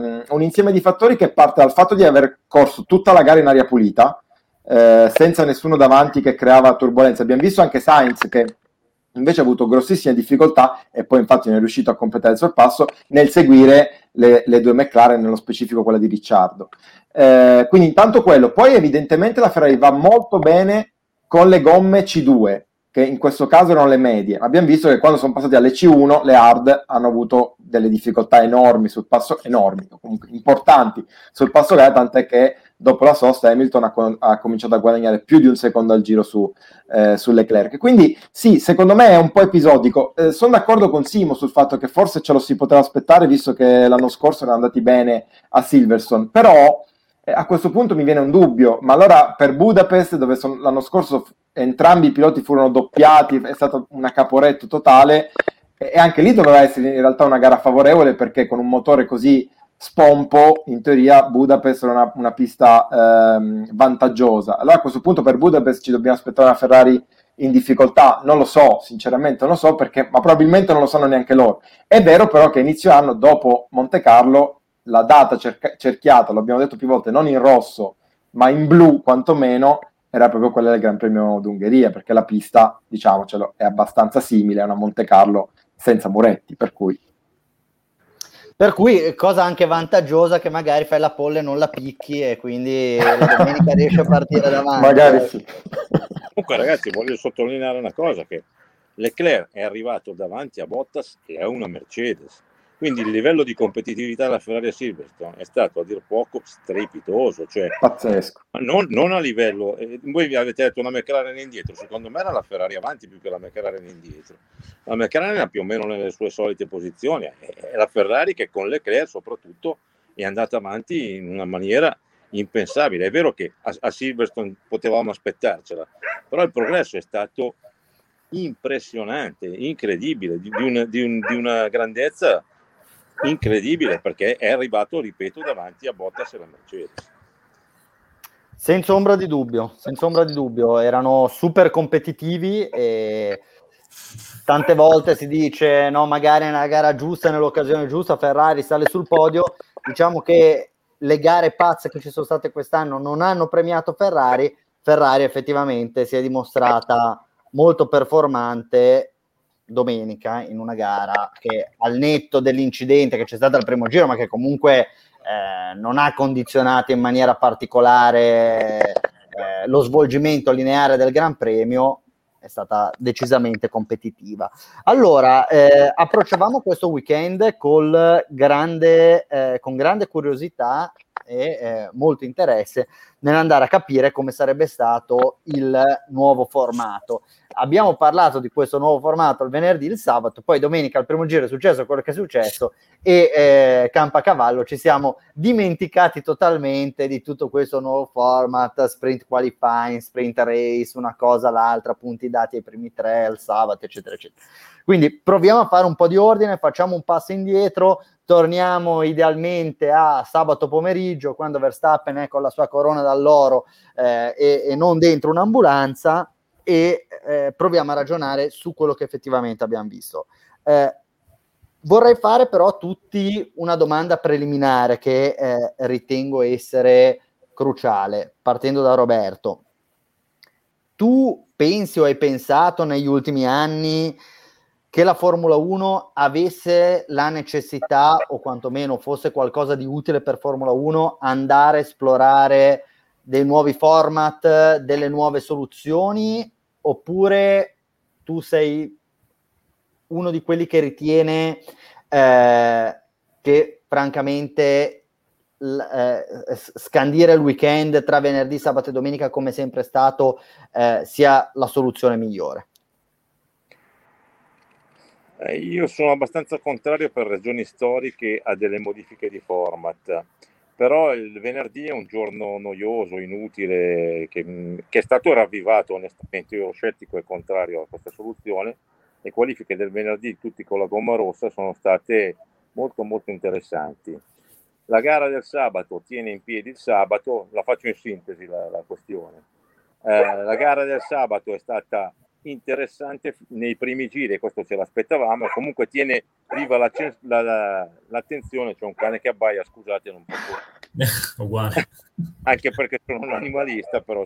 che parte dal fatto di aver corso tutta la gara in aria pulita, senza nessuno davanti che creava turbolenza. Abbiamo visto anche Sainz che invece ha avuto grossissime difficoltà, e poi infatti non è riuscito a completare il sorpasso nel seguire le due McLaren, nello specifico quella di Ricciardo. Quindi intanto quello, poi evidentemente la Ferrari va molto bene con le gomme C2, che in questo caso erano le medie. Abbiamo visto che quando sono passati alle C1 le hard hanno avuto delle difficoltà enormi sul passo, comunque importanti sul passo gara, tant'è che dopo la sosta Hamilton ha cominciato a guadagnare più di un secondo al giro su Leclerc. Quindi sì, secondo me è un po' episodico. Sono d'accordo con Simo sul fatto che forse ce lo si poteva aspettare, visto che l'anno scorso erano andati bene a Silverstone, però a questo punto mi viene un dubbio, ma allora per Budapest, dove l'anno scorso entrambi i piloti furono doppiati, è stato una Caporetto totale, e anche lì doveva essere in realtà una gara favorevole, perché con un motore così spompo, in teoria Budapest era una pista vantaggiosa. Allora a questo punto per Budapest ci dobbiamo aspettare una Ferrari in difficoltà? Non lo so, sinceramente non lo so, perché, ma probabilmente non lo sanno neanche loro. È vero però che inizio anno, dopo Monte Carlo, la data cerchiata, l'abbiamo detto più volte, non in rosso, ma in blu quantomeno, era proprio quella del Gran Premio d'Ungheria, perché la pista, diciamocelo, è abbastanza simile a una Monte Carlo senza muretti, per cui cosa anche vantaggiosa, che magari fai la pole e non la picchi e quindi la domenica riesci a partire davanti. Magari sì. Comunque ragazzi, voglio sottolineare una cosa, che Leclerc è arrivato davanti a Bottas e a una Mercedes, quindi il livello di competitività della Ferrari a Silverstone è stato a dir poco strepitoso, cioè pazzesco. Non a livello, voi avete detto una McLaren indietro, secondo me era la Ferrari avanti più che la McLaren indietro. La McLaren era più o meno nelle sue solite posizioni, è la Ferrari che con Leclerc soprattutto è andata avanti in una maniera impensabile. È vero che a Silverstone potevamo aspettarcela, però il progresso è stato impressionante, incredibile, di una grandezza incredibile, perché è arrivato, ripeto, davanti a Bottas e la Mercedes. Senza ombra di dubbio, erano super competitivi e tante volte si dice no, magari nella gara giusta, nell'occasione giusta Ferrari sale sul podio. Diciamo che le gare pazze che ci sono state quest'anno non hanno premiato Ferrari effettivamente si è dimostrata molto performante domenica in una gara che, al netto dell'incidente che c'è stato al primo giro, ma che comunque non ha condizionato in maniera particolare lo svolgimento lineare del Gran Premio, è stata decisamente competitiva. Allora, approcciavamo questo weekend con grande curiosità e molto interesse nell'andare a capire come sarebbe stato il nuovo formato. Abbiamo parlato di questo nuovo formato il venerdì, il sabato, poi domenica al primo giro è successo quello che è successo e Campacavallo ci siamo dimenticati totalmente di tutto questo nuovo format, sprint qualifying, sprint race, una cosa l'altra, punti dati ai primi tre, al sabato, eccetera, eccetera. Quindi proviamo a fare un po' di ordine, facciamo un passo indietro, torniamo idealmente a sabato pomeriggio, quando Verstappen è con la sua corona d'alloro e non dentro un'ambulanza, e proviamo a ragionare su quello che effettivamente abbiamo visto. Vorrei fare però a tutti una domanda preliminare che ritengo essere cruciale, partendo da Roberto. Tu pensi o hai pensato negli ultimi anni che la Formula 1 avesse la necessità, o quantomeno fosse qualcosa di utile per Formula 1, andare a esplorare dei nuovi format, delle nuove soluzioni, oppure tu sei uno di quelli che ritiene che francamente scandire il weekend tra venerdì, sabato e domenica, come sempre stato, sia la soluzione migliore? Io sono abbastanza contrario per ragioni storiche a delle modifiche di format, però il venerdì è un giorno noioso, inutile, che è stato ravvivato onestamente. Io ero scettico e contrario a questa soluzione. Le qualifiche del venerdì tutti con la gomma rossa sono state molto molto interessanti. La gara del sabato tiene in piedi il sabato, la faccio in sintesi la questione. La gara del sabato è stata interessante nei primi giri, questo ce l'aspettavamo, comunque tiene viva l'attenzione. C'è un cane che abbaia, scusate, non posso uguale, anche perché sono un animalista, però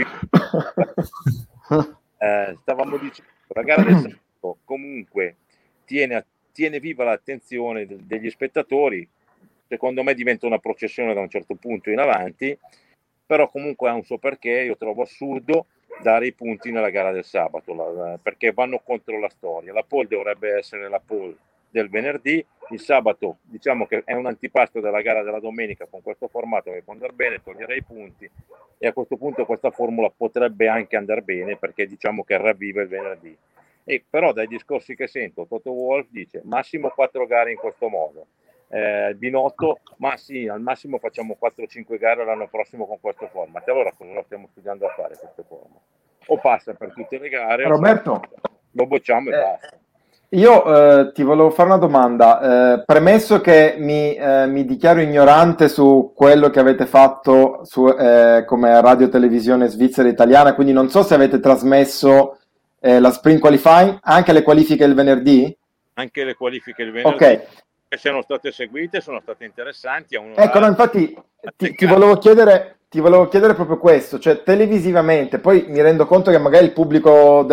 stavamo dicendo, la gara del sabato comunque tiene viva l'attenzione degli spettatori. Secondo me diventa una processione da un certo punto in avanti, però comunque ha un suo perché. Io trovo assurdo dare i punti nella gara del sabato, perché vanno contro la storia. La pole dovrebbe essere la pole del venerdì. Il sabato diciamo che è un antipasto della gara della domenica. Con questo formato che può andare bene, toglierei i punti, e a questo punto questa formula potrebbe anche andare bene, perché diciamo che ravviva il venerdì. E però dai discorsi che sento, Toto Wolff dice massimo 4 gare in questo modo, Binotto ma sì, al massimo facciamo 4-5 gare l'anno prossimo con questo format. Allora cosa lo stiamo studiando a fare questo format? O passa per tutte le gare, Roberto, lo bocciamo e basta. Io ti volevo fare una domanda. Premesso che mi dichiaro ignorante su quello che avete fatto come radio televisione svizzera italiana, quindi non so se avete trasmesso la sprint qualifying, anche le qualifiche il venerdì? Anche le qualifiche il venerdì, Ok. che sono state seguite, sono state interessanti. Ecco, no, infatti ti volevo chiedere proprio questo, cioè televisivamente, poi mi rendo conto che magari il pubblico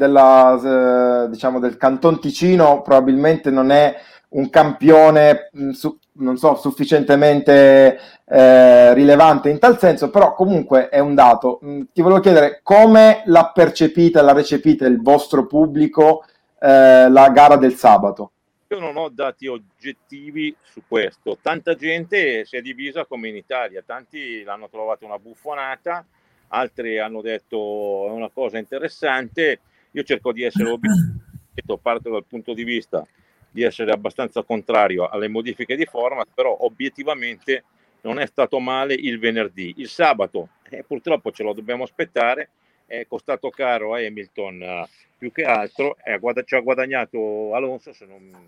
diciamo del Canton Ticino probabilmente non è un campione non so, sufficientemente rilevante in tal senso, però comunque è un dato. Ti volevo chiedere come l'ha percepita, l'ha recepita il vostro pubblico la gara del sabato? Io non ho dati oggettivi su questo. Tanta gente si è divisa come in Italia, tanti l'hanno trovata una buffonata, altri hanno detto è una cosa interessante. Io cerco di essere obiettivo, parto dal punto di vista di essere abbastanza contrario alle modifiche di format, però obiettivamente non è stato male il venerdì. Il sabato purtroppo ce lo dobbiamo aspettare, è costato caro a Hamilton, più che altro ci ha guadagnato Alonso. Se non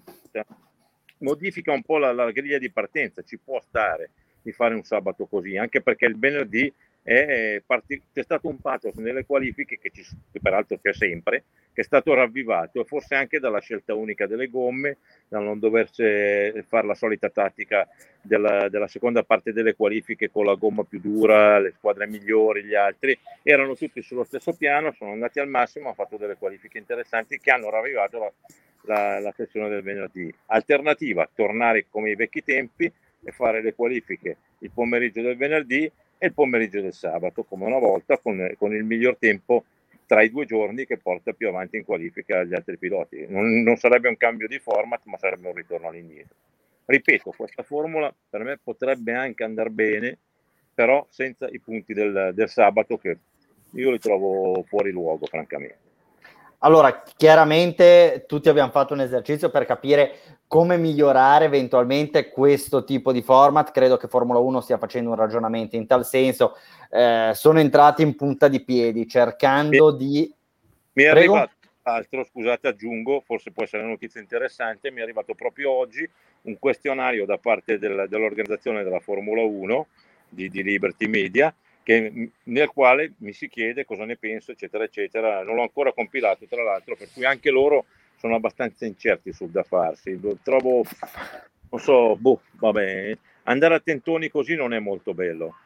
modifica un po' la griglia di partenza, ci può stare di fare un sabato così, anche perché il venerdì c'è stato un pathos nelle qualifiche che peraltro c'è sempre, che è stato ravvivato, e forse anche dalla scelta unica delle gomme, da non doversi fare la solita tattica della seconda parte delle qualifiche con la gomma più dura, le squadre migliori, gli altri erano tutti sullo stesso piano, sono andati al massimo, hanno fatto delle qualifiche interessanti che hanno ravvivato la sessione del venerdì. Alternativa, tornare come i vecchi tempi e fare le qualifiche il pomeriggio del venerdì e il pomeriggio del sabato, come una volta, con il miglior tempo tra i 2 giorni, che porta più avanti in qualifica gli altri piloti. Non sarebbe un cambio di format, ma sarebbe un ritorno all'indietro. Ripeto, questa formula per me potrebbe anche andare bene, però senza i punti del sabato, che io li trovo fuori luogo, francamente. Allora, chiaramente tutti abbiamo fatto un esercizio per capire come migliorare eventualmente questo tipo di format. Credo che Formula 1 stia facendo un ragionamento in tal senso. Sono entrati in punta di piedi cercando di... Mi è arrivato altro, scusate, aggiungo, forse può essere una notizia interessante, mi è arrivato proprio oggi un questionario da parte dell'organizzazione della Formula 1 di Liberty Media, nel quale mi si chiede cosa ne penso, eccetera, eccetera. Non l'ho ancora compilato, tra l'altro, per cui anche loro sono abbastanza incerti sul da farsi. Lo trovo, non so, vabbè, andare a tentoni così non è molto bello.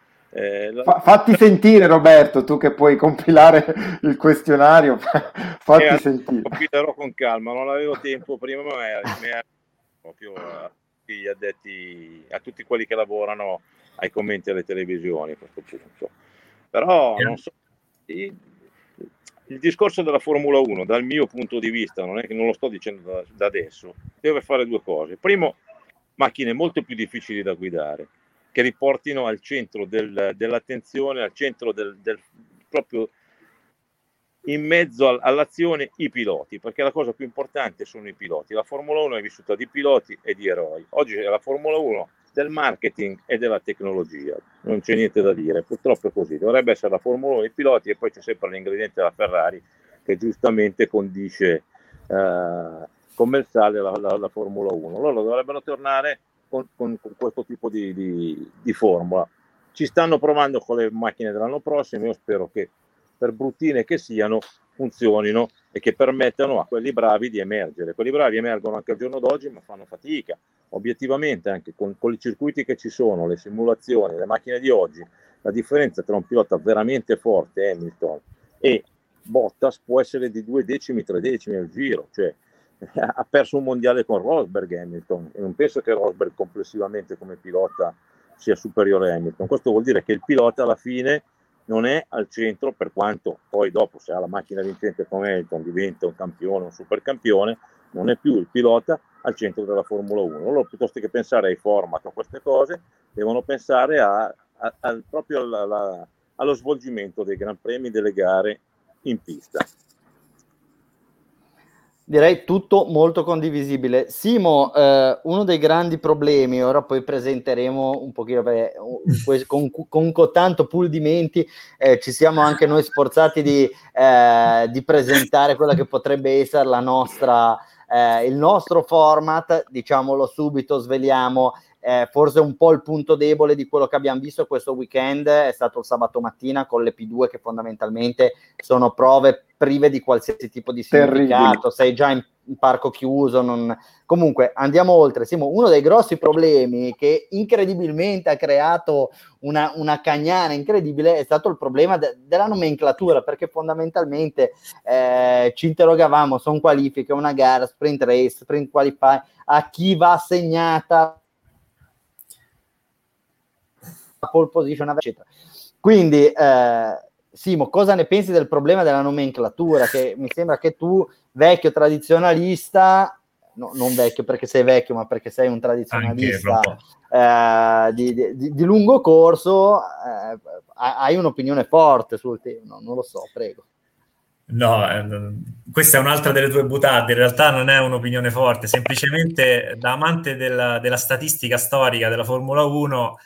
Fatti sentire, Roberto, tu che puoi compilare il questionario, fatti sentire. Compilerò con calma, non avevo tempo prima, ma proprio gli addetti, a tutti quelli che lavorano ai commenti alle televisioni a questo punto. Però non so, il discorso della Formula 1 dal mio punto di vista, non è che non lo sto dicendo da adesso, deve fare 2 cose. Primo, macchine molto più difficili da guidare, che riportino al centro dell'attenzione, al centro proprio in mezzo all'azione i piloti, perché la cosa più importante sono i piloti. La Formula 1 è vissuta di piloti e di eroi. Oggi è la Formula 1 del marketing e della tecnologia, non c'è niente da dire, purtroppo è così. Dovrebbe essere la Formula 1 dei piloti, e poi c'è sempre l'ingrediente della Ferrari che giustamente condisce come il sale la Formula 1. Loro dovrebbero tornare con questo tipo di formula. Ci stanno provando con le macchine dell'anno prossimo, io spero che, per bruttine che siano, funzionino e che permettano a quelli bravi di emergere. Quelli bravi emergono anche al giorno d'oggi, ma fanno fatica. Obiettivamente, anche con i circuiti che ci sono, le simulazioni, le macchine di oggi, la differenza tra un pilota veramente forte, Hamilton, e Bottas, può essere di 2 decimi, 3 decimi al giro. Cioè, ha perso un mondiale con Rosberg Hamilton, e non penso che Rosberg complessivamente come pilota sia superiore a Hamilton. Questo vuol dire che il pilota alla fine non è al centro, per quanto poi dopo, se ha la macchina vincente come Hamilton, diventa un campione, un supercampione, non è più il pilota al centro della Formula 1. Loro, piuttosto che pensare ai format o a queste cose, devono pensare proprio allo svolgimento dei Gran Premi, delle gare in pista. Direi tutto molto condivisibile. Simo, uno dei grandi problemi, ora poi presenteremo un pochino, con tanto puldimenti, ci siamo anche noi sforzati di presentare quella che potrebbe essere la nostra, il nostro format, diciamolo subito, sveliamo. Forse un po' il punto debole di quello che abbiamo visto questo weekend è stato il sabato mattina con le P2, che fondamentalmente sono prove prive di qualsiasi tipo di significato. Sei già in parco chiuso, comunque andiamo oltre. Simo, uno dei grossi problemi che incredibilmente ha creato una cagnana incredibile è stato il problema della nomenclatura, perché fondamentalmente ci interrogavamo su un qualifica, una gara, sprint race, sprint qualify, a chi va assegnata pole position, eccetera. Quindi Simo, cosa ne pensi del problema della nomenclatura? Che mi sembra che tu, vecchio tradizionalista, no, non vecchio perché sei vecchio, ma perché sei un tradizionalista di lungo corso, hai un'opinione forte sul tema, non lo so, prego. No, questa è un'altra delle tue buttate, in realtà non è un'opinione forte, semplicemente da amante della statistica storica della Formula 1,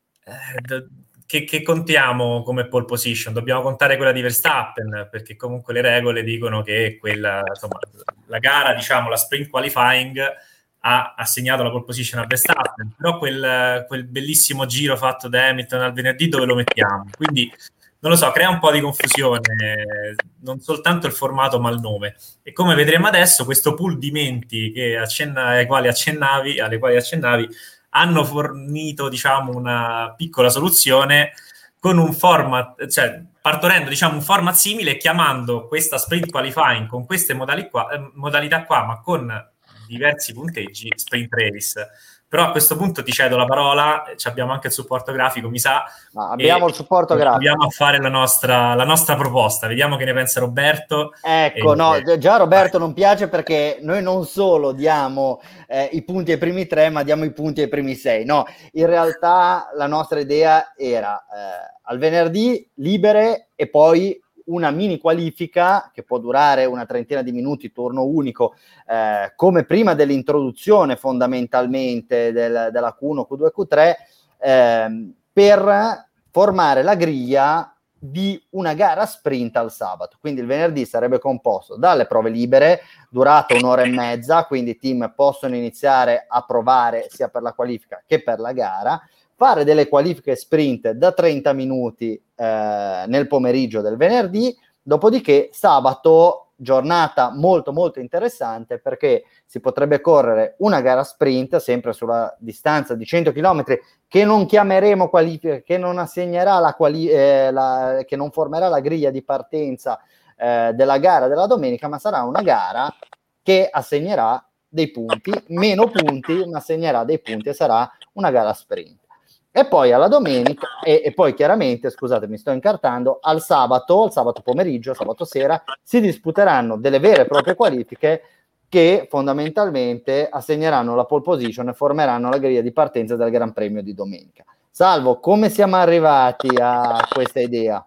che contiamo come pole position? Dobbiamo contare quella di Verstappen, perché comunque le regole dicono che quella, insomma, la gara, diciamo, la sprint qualifying ha assegnato la pole position a Verstappen, però quel bellissimo giro fatto da Hamilton al venerdì dove lo mettiamo? Quindi non lo so, crea un po' di confusione, non soltanto il formato ma il nome. E come vedremo adesso, questo pool di menti alle quali accennavi, hanno fornito, diciamo, una piccola soluzione con un format, cioè partorendo, diciamo, un format simile, chiamando questa sprint qualifying con queste modalità qua, ma con diversi punteggi, sprint race. Però a questo punto ti cedo la parola, abbiamo anche il supporto grafico, mi sa. Abbiamo il supporto grafico. Proviamo a fare la nostra proposta, vediamo che ne pensa Roberto. Ecco, già Roberto non piace, perché noi non solo diamo i punti ai primi 3, ma diamo i punti ai primi 6. No, in realtà la nostra idea era al venerdì libere e poi una mini qualifica che può durare una trentina di minuti, turno unico, come prima dell'introduzione fondamentalmente della Q1, Q2, Q3, per formare la griglia di una gara sprint al sabato. Quindi il venerdì sarebbe composto dalle prove libere, durata 1 ora e mezza, quindi i team possono iniziare a provare sia per la qualifica che per la gara, fare delle qualifiche sprint da 30 minuti nel pomeriggio del venerdì, dopodiché sabato giornata molto molto interessante, perché si potrebbe correre una gara sprint sempre sulla distanza di 100 km che non chiameremo qualifica, che non assegnerà che non formerà la griglia di partenza della gara della domenica, ma sarà una gara che assegnerà dei punti, meno punti, ma assegnerà dei punti e sarà una gara sprint. E poi alla domenica, e poi chiaramente, scusate, mi sto incartando, al sabato pomeriggio, sabato sera, si disputeranno delle vere e proprie qualifiche che fondamentalmente assegneranno la pole position e formeranno la griglia di partenza del Gran Premio di domenica. Salvo, come siamo arrivati a questa idea?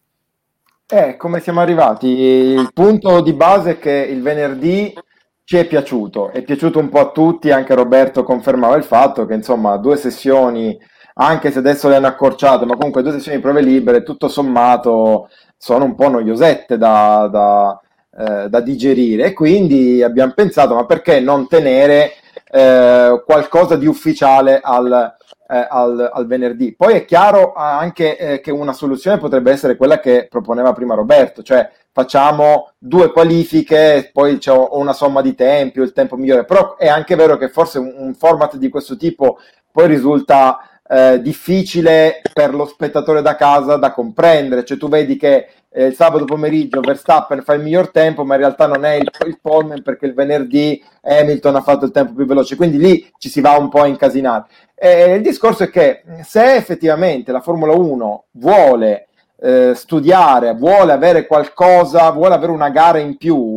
Come siamo arrivati? Il punto di base è che il venerdì ci è piaciuto un po' a tutti, anche Roberto confermava il fatto che, insomma, 2 sessioni, anche se adesso le hanno accorciate, ma comunque 2 sessioni di prove libere, tutto sommato, sono un po' noiosette da digerire, e quindi abbiamo pensato, ma perché non tenere qualcosa di ufficiale al venerdì? Poi è chiaro anche che una soluzione potrebbe essere quella che proponeva prima Roberto, cioè facciamo 2 qualifiche, poi c'è una somma di tempi o il tempo migliore. Però è anche vero che forse un format di questo tipo poi risulta difficile per lo spettatore da casa da comprendere, cioè tu vedi che il sabato pomeriggio Verstappen fa il miglior tempo, ma in realtà non è il poleman, perché il venerdì Hamilton ha fatto il tempo più veloce, quindi lì ci si va un po' a incasinare. Il discorso è che se effettivamente la Formula 1 vuole studiare, vuole avere qualcosa, vuole avere una gara in più,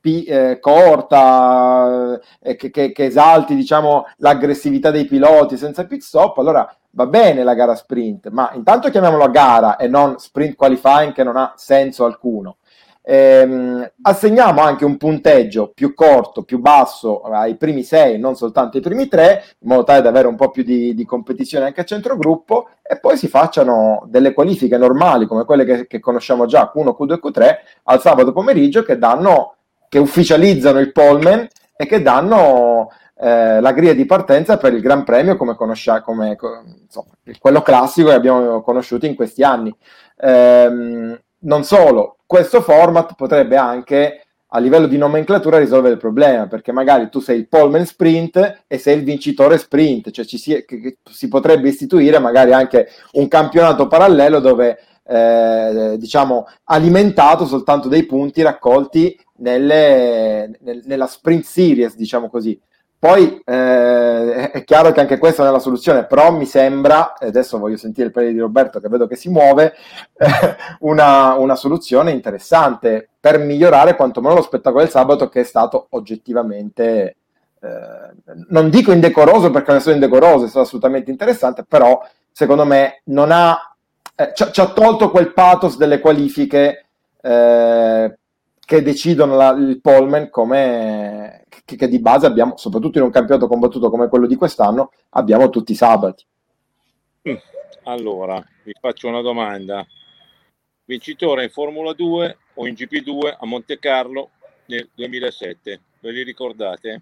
corta, che esalti, diciamo, l'aggressività dei piloti senza pit stop, allora va bene la gara sprint, ma intanto chiamiamola gara e non sprint qualifying, che non ha senso alcuno. Assegniamo anche un punteggio più corto, più basso ai primi 6, non soltanto ai primi 3, in modo tale da avere un po' più di competizione anche a centrogruppo, e poi si facciano delle qualifiche normali come quelle che conosciamo già, Q1, Q2, Q3 al sabato pomeriggio, che ufficializzano il poleman e che danno la griglia di partenza per il Gran Premio come insomma, quello classico che abbiamo conosciuto in questi anni. Non solo, questo format potrebbe anche a livello di nomenclatura risolvere il problema, perché magari tu sei il poleman sprint e sei il vincitore sprint, cioè si potrebbe istituire magari anche un campionato parallelo dove diciamo alimentato soltanto dei punti raccolti nella sprint series, diciamo così. Poi è chiaro che anche questa non è la soluzione, però mi sembra, e adesso voglio sentire il parere di Roberto che vedo che si muove, una soluzione interessante per migliorare quantomeno lo spettacolo del sabato, che è stato oggettivamente, non dico indecoroso perché non è stato indecoroso, è stato assolutamente interessante, però secondo me non ha ci ha tolto quel pathos delle qualifiche che decidono il poleman, che di base abbiamo, soprattutto in un campionato combattuto come quello di quest'anno, abbiamo tutti i sabati. Allora, vi faccio una domanda. Vincitore in Formula 2 o in GP2 a Monte Carlo nel 2007? Ve li ricordate?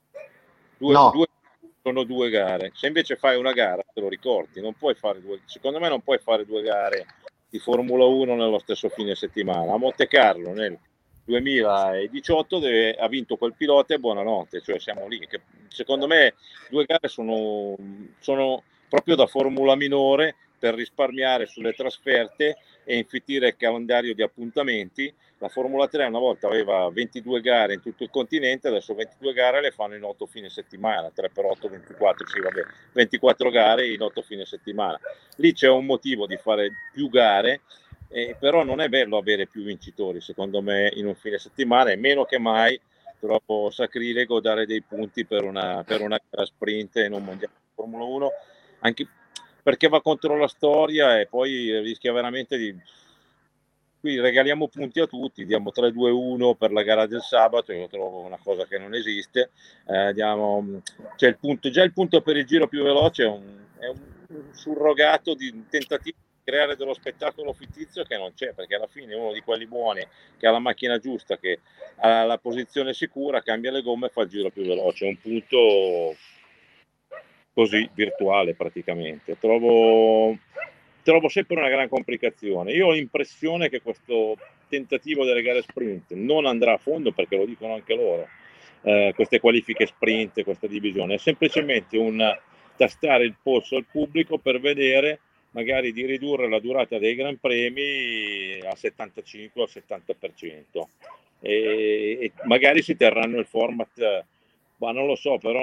Sono 2 gare. Se invece fai una gara, te lo ricordi, non puoi fare secondo me non puoi fare 2 gare di Formula 1 nello stesso fine settimana. A Monte Carlo nel 2018 ha vinto quel pilota e buonanotte, cioè siamo lì. Che secondo me 2 gare sono proprio da formula minore per risparmiare sulle trasferte e infittire il calendario di appuntamenti. La Formula 3 una volta aveva 22 gare in tutto il continente, adesso 22 gare le fanno in 8 fine settimana, 3x8, 24, sì, vabbè, 24 gare in 8 fine settimana. Lì c'è un motivo di fare più gare, però non è bello avere più vincitori, secondo me, in un fine settimana, e meno che mai troppo sacrilego dare dei punti per una gara sprint in un mondiale di Formula 1, anche perché va contro la storia e poi rischia veramente di... Qui regaliamo punti a tutti, diamo 3-2-1 per la gara del sabato, io trovo una cosa che non esiste, c'è il punto, già il punto per il giro più veloce è un surrogato di un tentativo di creare dello spettacolo fittizio che non c'è, perché alla fine uno di quelli buoni che ha la macchina giusta, che ha la posizione sicura, cambia le gomme e fa il giro più veloce, è un punto così virtuale praticamente. Trovo sempre una gran complicazione. Io ho l'impressione che questo tentativo delle gare sprint non andrà a fondo, perché lo dicono anche loro, queste qualifiche sprint, questa divisione è semplicemente un tastare il polso al pubblico per vedere magari di ridurre la durata dei gran premi al 75 o al 70%, e magari si terranno il format, ma non lo so, però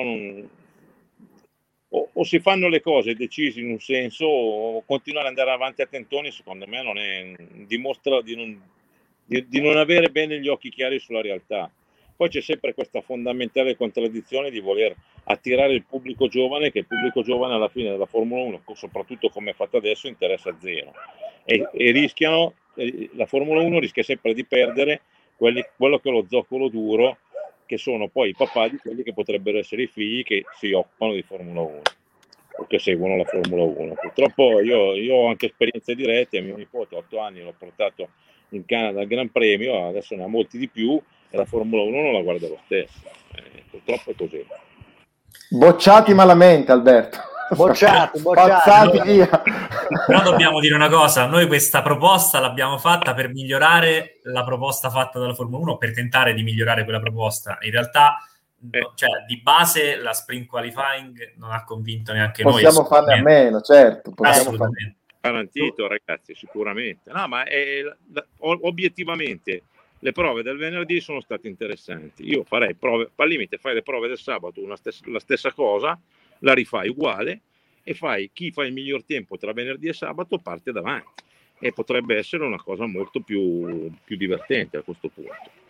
o si fanno le cose decise in un senso, o continuare ad andare avanti a tentoni, secondo me dimostra di non avere bene gli occhi chiari sulla realtà. Poi c'è sempre questa fondamentale contraddizione di voler attirare il pubblico giovane, che il pubblico giovane alla fine della Formula 1, soprattutto come è fatto adesso, interessa zero, e rischiano, la Formula 1 rischia sempre di perdere quello che è lo zoccolo duro, che sono poi i papà di quelli che potrebbero essere i figli che si occupano di Formula 1 o che seguono la Formula 1. Purtroppo io ho anche esperienze dirette, mio nipote a 8 anni l'ho portato in Canada al Gran Premio, adesso ne ha molti di più e la Formula 1 non la guarda lo stesso, purtroppo è così. Bocciati malamente, Alberto. Bocciati. Via. Però dobbiamo dire una cosa, noi questa proposta l'abbiamo fatta per migliorare la proposta fatta dalla Formula 1, per tentare di migliorare quella proposta. In realtà, cioè, di base la sprint qualifying non ha convinto neanche noi. Possiamo farne a meno, certo. Assolutamente. Garantito, ragazzi, sicuramente. No, ma obiettivamente le prove del venerdì sono state interessanti. Io farei prove, al limite fai le prove del sabato, la stessa cosa, la rifai uguale e chi fa il miglior tempo tra venerdì e sabato parte davanti, e potrebbe essere una cosa molto più divertente a questo punto.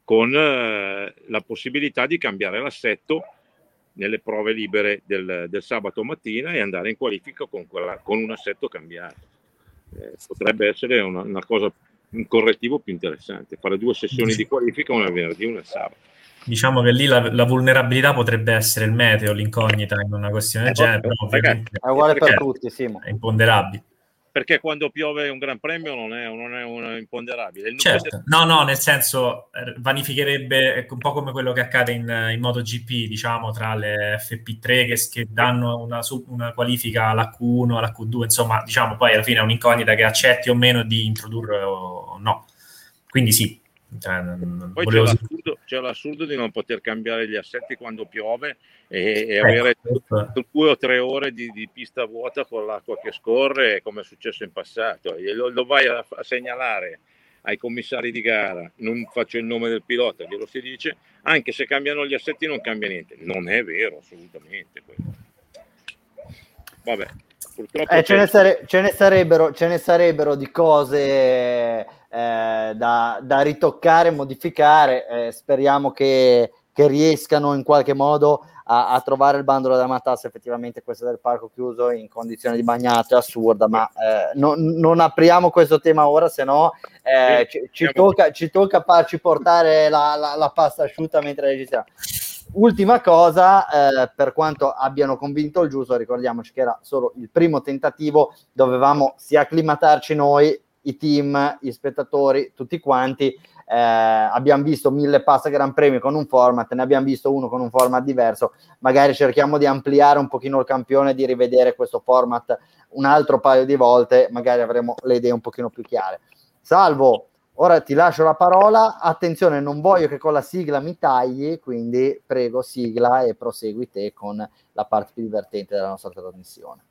con la possibilità di cambiare l'assetto nelle prove libere del sabato mattina e andare in qualifica con un assetto cambiato. Potrebbe essere una cosa, un correttivo più interessante, fare 2 sessioni di qualifica, una il venerdì e una il sabato. Diciamo che lì la vulnerabilità potrebbe essere il meteo, l'incognita in una questione del genere, però ovviamente è uguale per tutti, Simo. È imponderabile. Perché quando piove un Gran Premio non è un imponderabile. Certo, no, nel senso vanificherebbe un po' come quello che accade in MotoGP, diciamo, tra le FP3 che danno una qualifica all'H1, all'H2, insomma, diciamo, poi alla fine è un'incognita che accetti o meno di introdurre o no. Quindi sì. Poi c'è l'assurdo di non poter cambiare gli assetti quando piove e avere 2 o 3 ore di pista vuota con l'acqua che scorre, come è successo in passato. Lo vai a segnalare ai commissari di gara, non faccio il nome del pilota, glielo si dice, anche se cambiano gli assetti non cambia niente. Non è vero, assolutamente. Vabbè, purtroppo ce ne sarebbero di cose da ritoccare, modificare. Speriamo che riescano in qualche modo a trovare il bandolo della matassa. Effettivamente questa del parco chiuso in condizioni di bagnato è assurda, ma non apriamo questo tema ora, se no ci tocca farci portare la pasta asciutta mentre registriamo. Ultima cosa, per quanto abbiano convinto il giusto, ricordiamoci che era solo il primo tentativo, dovevamo sia acclimatarci noi, i team, gli spettatori, tutti quanti. Abbiamo visto 1000 pasta Gran Premio con un format, ne abbiamo visto uno con un format diverso. Magari cerchiamo di ampliare un pochino il campione, di rivedere questo format un altro paio di volte, magari avremo le idee un pochino più chiare. Salvo, ora ti lascio la parola. Attenzione, non voglio che con la sigla mi tagli, quindi prego, sigla, e prosegui te con la parte più divertente della nostra trasmissione.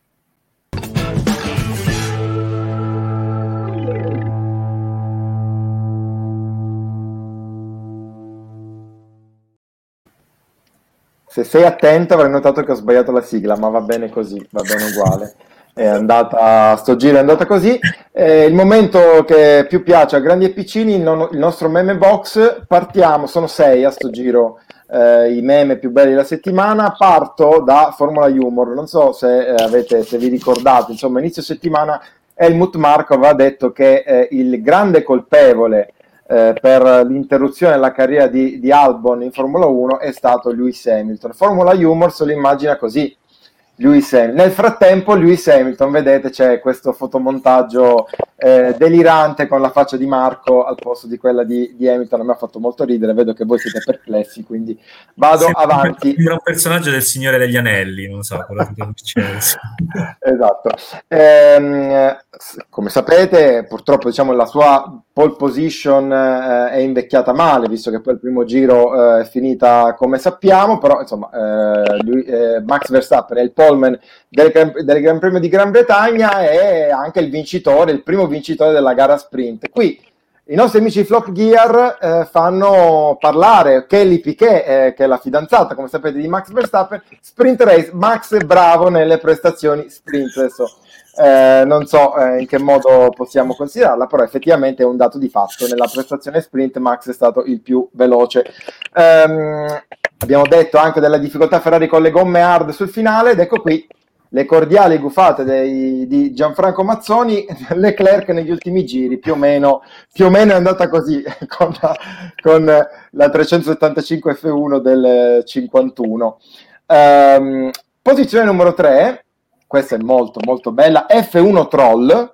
Se sei attento avrai notato che ho sbagliato la sigla, ma va bene così, va bene uguale. È andata, sto giro è andata così. Il momento che più piace a grandi e piccini, il nostro meme box. Partiamo, sono 6 a sto giro, i meme più belli della settimana. Parto da Formula Humor. Non so se vi ricordate, insomma, inizio settimana Helmut Marko aveva detto che il grande colpevole per l'interruzione della carriera di Albon in Formula 1 è stato Lewis Hamilton. Formula Humor se lo immagina così. Nel frattempo Lewis Hamilton, vedete, c'è questo fotomontaggio delirante con la faccia di Marco al posto di quella di Hamilton. A me ha fatto molto ridere, vedo che voi siete perplessi, quindi vado avanti. Sembra un personaggio del Signore degli Anelli, non so quello che succede. Esatto. Come sapete, purtroppo, diciamo, la sua pole position è invecchiata male, visto che poi il primo giro è finita come sappiamo, però insomma Max Verstappen è il poleman del Gran Premio di Gran Bretagna e anche il primo vincitore della gara sprint. Qui i nostri amici di Flock Gear fanno parlare Kelly Piquet, che è la fidanzata, come sapete, di Max Verstappen. Sprint race, Max è bravo nelle prestazioni sprint. Adesso non so in che modo possiamo considerarla, però effettivamente è un dato di fatto. Nella prestazione sprint Max è stato il più veloce. Abbiamo detto anche della difficoltà Ferrari con le gomme hard sul finale, ed ecco qui le cordiali gufate di Gianfranco Mazzoni. Leclerc negli ultimi giri più o meno è andata così con la 375 F1 del 51. Posizione numero 3, questa è molto molto bella, F1 Troll,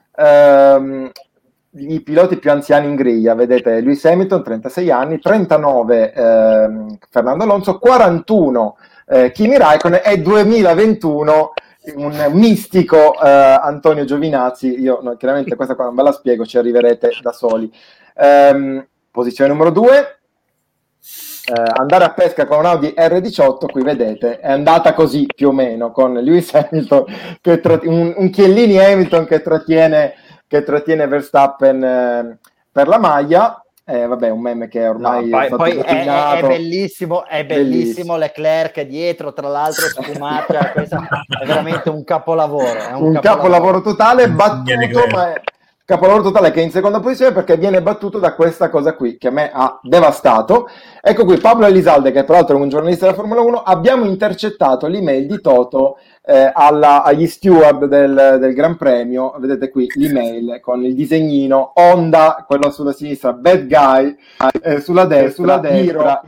i piloti più anziani in griglia, vedete Lewis Hamilton 36 anni, 39 Fernando Alonso, 41 Kimi Raikkonen e 2021 un mistico Antonio Giovinazzi. Io chiaramente questa qua non ve la spiego, ci arriverete da soli. Posizione numero 2, andare a pesca con un Audi R18. Qui vedete è andata così più o meno, con Lewis Hamilton un Chiellini Hamilton che trattiene Verstappen per la maglia. Vabbè, un meme che ormai poi è bellissimo Leclerc dietro, tra l'altro sfumata. Questo è veramente un capolavoro, un capolavoro totale, battuto, capolavoro totale che è in seconda posizione perché viene battuto da questa cosa qui che a me ha devastato. Ecco qui Pablo Elisalde, che peraltro è un giornalista della Formula 1, abbiamo intercettato l'email di Toto agli steward del Gran Premio, vedete qui l'email con il disegnino Honda, quello sulla sinistra, bad guy, sulla destra, Hiro.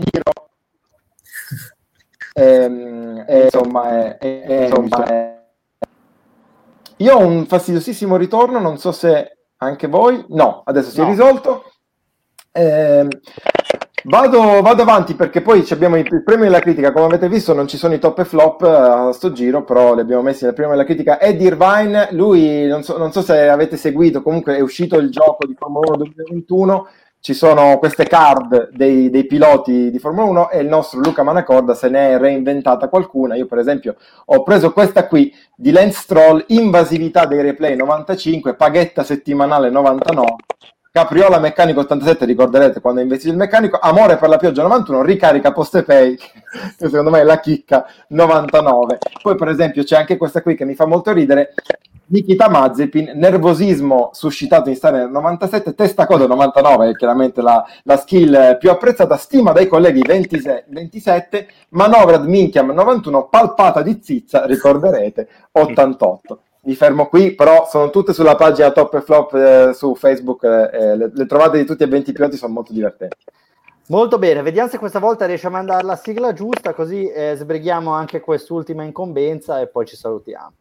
Insomma, io ho un fastidiosissimo ritorno, non so se anche voi. No, adesso si è risolto. Vado avanti perché poi abbiamo il premio della critica. Come avete visto non ci sono i top e flop a sto giro, però li abbiamo messi nel premio della critica. Eddie Irvine, lui non so se avete seguito, comunque è uscito il gioco di Formula 1 2021, ci sono queste card dei piloti di Formula 1 e il nostro Luca Manacorda se ne è reinventata qualcuna. Io per esempio ho preso questa qui di Lance Stroll, invasività dei replay 95, paghetta settimanale 99, Capriola meccanico 87, ricorderete quando è investito il meccanico, amore per la pioggia 91, ricarica Postepay, che secondo me è la chicca, 99. Poi per esempio c'è anche questa qui che mi fa molto ridere, Nikita Mazepin, nervosismo suscitato in stare nel 97, testa coda 99, è chiaramente la skill più apprezzata, stima dai colleghi 27, manovra ad Minchiam 91, palpata di zizza, ricorderete, 88. Mi fermo qui, però sono tutte sulla pagina Top e Flop su Facebook, le trovate di tutti e 20 piloti, sono molto divertenti. Molto bene, vediamo se questa volta riesce a mandare la sigla giusta, così sbrighiamo anche quest'ultima incombenza e poi ci salutiamo.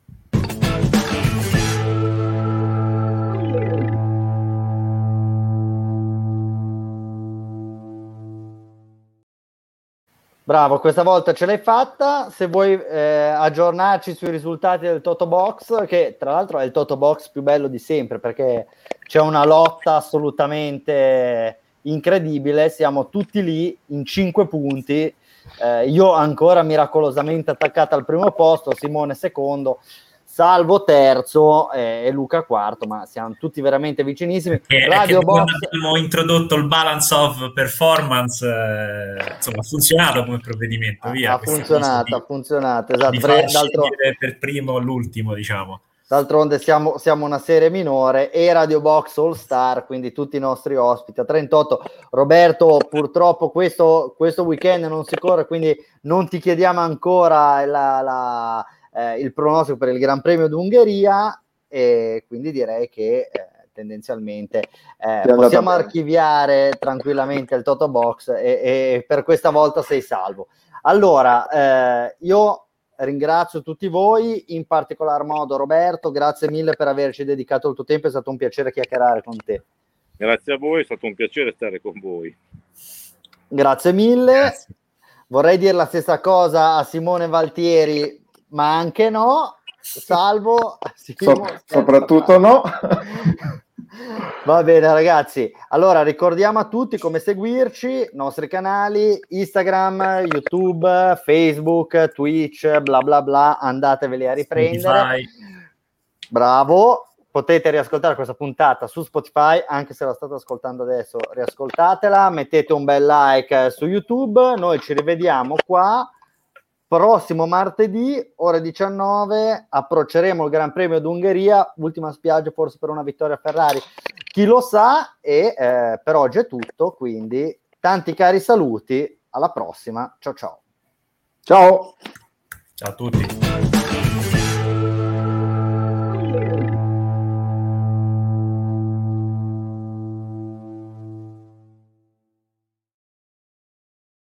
Bravo, questa volta ce l'hai fatta. Se vuoi aggiornarci sui risultati del Toto Box, che tra l'altro è il Toto Box più bello di sempre, perché c'è una lotta assolutamente incredibile, siamo tutti lì in 5 punti, io ancora miracolosamente attaccata al primo posto, Simone secondo, Salvo terzo e Luca quarto, ma siamo tutti veramente vicinissimi. Radio Box, abbiamo introdotto il balance of performance, insomma ha funzionato come provvedimento, via. Ha funzionato, esatto. Di far scegliere per primo l'ultimo, diciamo. D'altronde siamo una serie minore e Radio Box All Star, quindi tutti i nostri ospiti a 38. Roberto, purtroppo questo weekend non si corre, quindi non ti chiediamo ancora il pronostico per il Gran Premio d'Ungheria, e quindi direi che tendenzialmente possiamo archiviare tranquillamente il Toto Box e per questa volta sei salvo. Allora, io ringrazio tutti voi, in particolar modo Roberto, grazie mille per averci dedicato il tuo tempo, è stato un piacere chiacchierare con te. Grazie a voi, è stato un piacere stare con voi. Grazie mille. Grazie. Vorrei dire la stessa cosa a Simone Valtieri, ma anche no, salvo soprattutto no. Va bene ragazzi, allora ricordiamo a tutti come seguirci, nostri canali Instagram, YouTube, Facebook, Twitch, bla bla bla, andateveli a riprendere. Spotify. Bravo, potete riascoltare questa puntata su Spotify, anche se la state ascoltando adesso, riascoltatela, mettete un bel like su YouTube, noi ci rivediamo qua prossimo martedì, ore 19, approcceremo il Gran Premio d'Ungheria, ultima spiaggia forse per una vittoria Ferrari, chi lo sa, e per oggi è tutto, quindi tanti cari saluti, alla prossima, ciao ciao. Ciao. Ciao a tutti.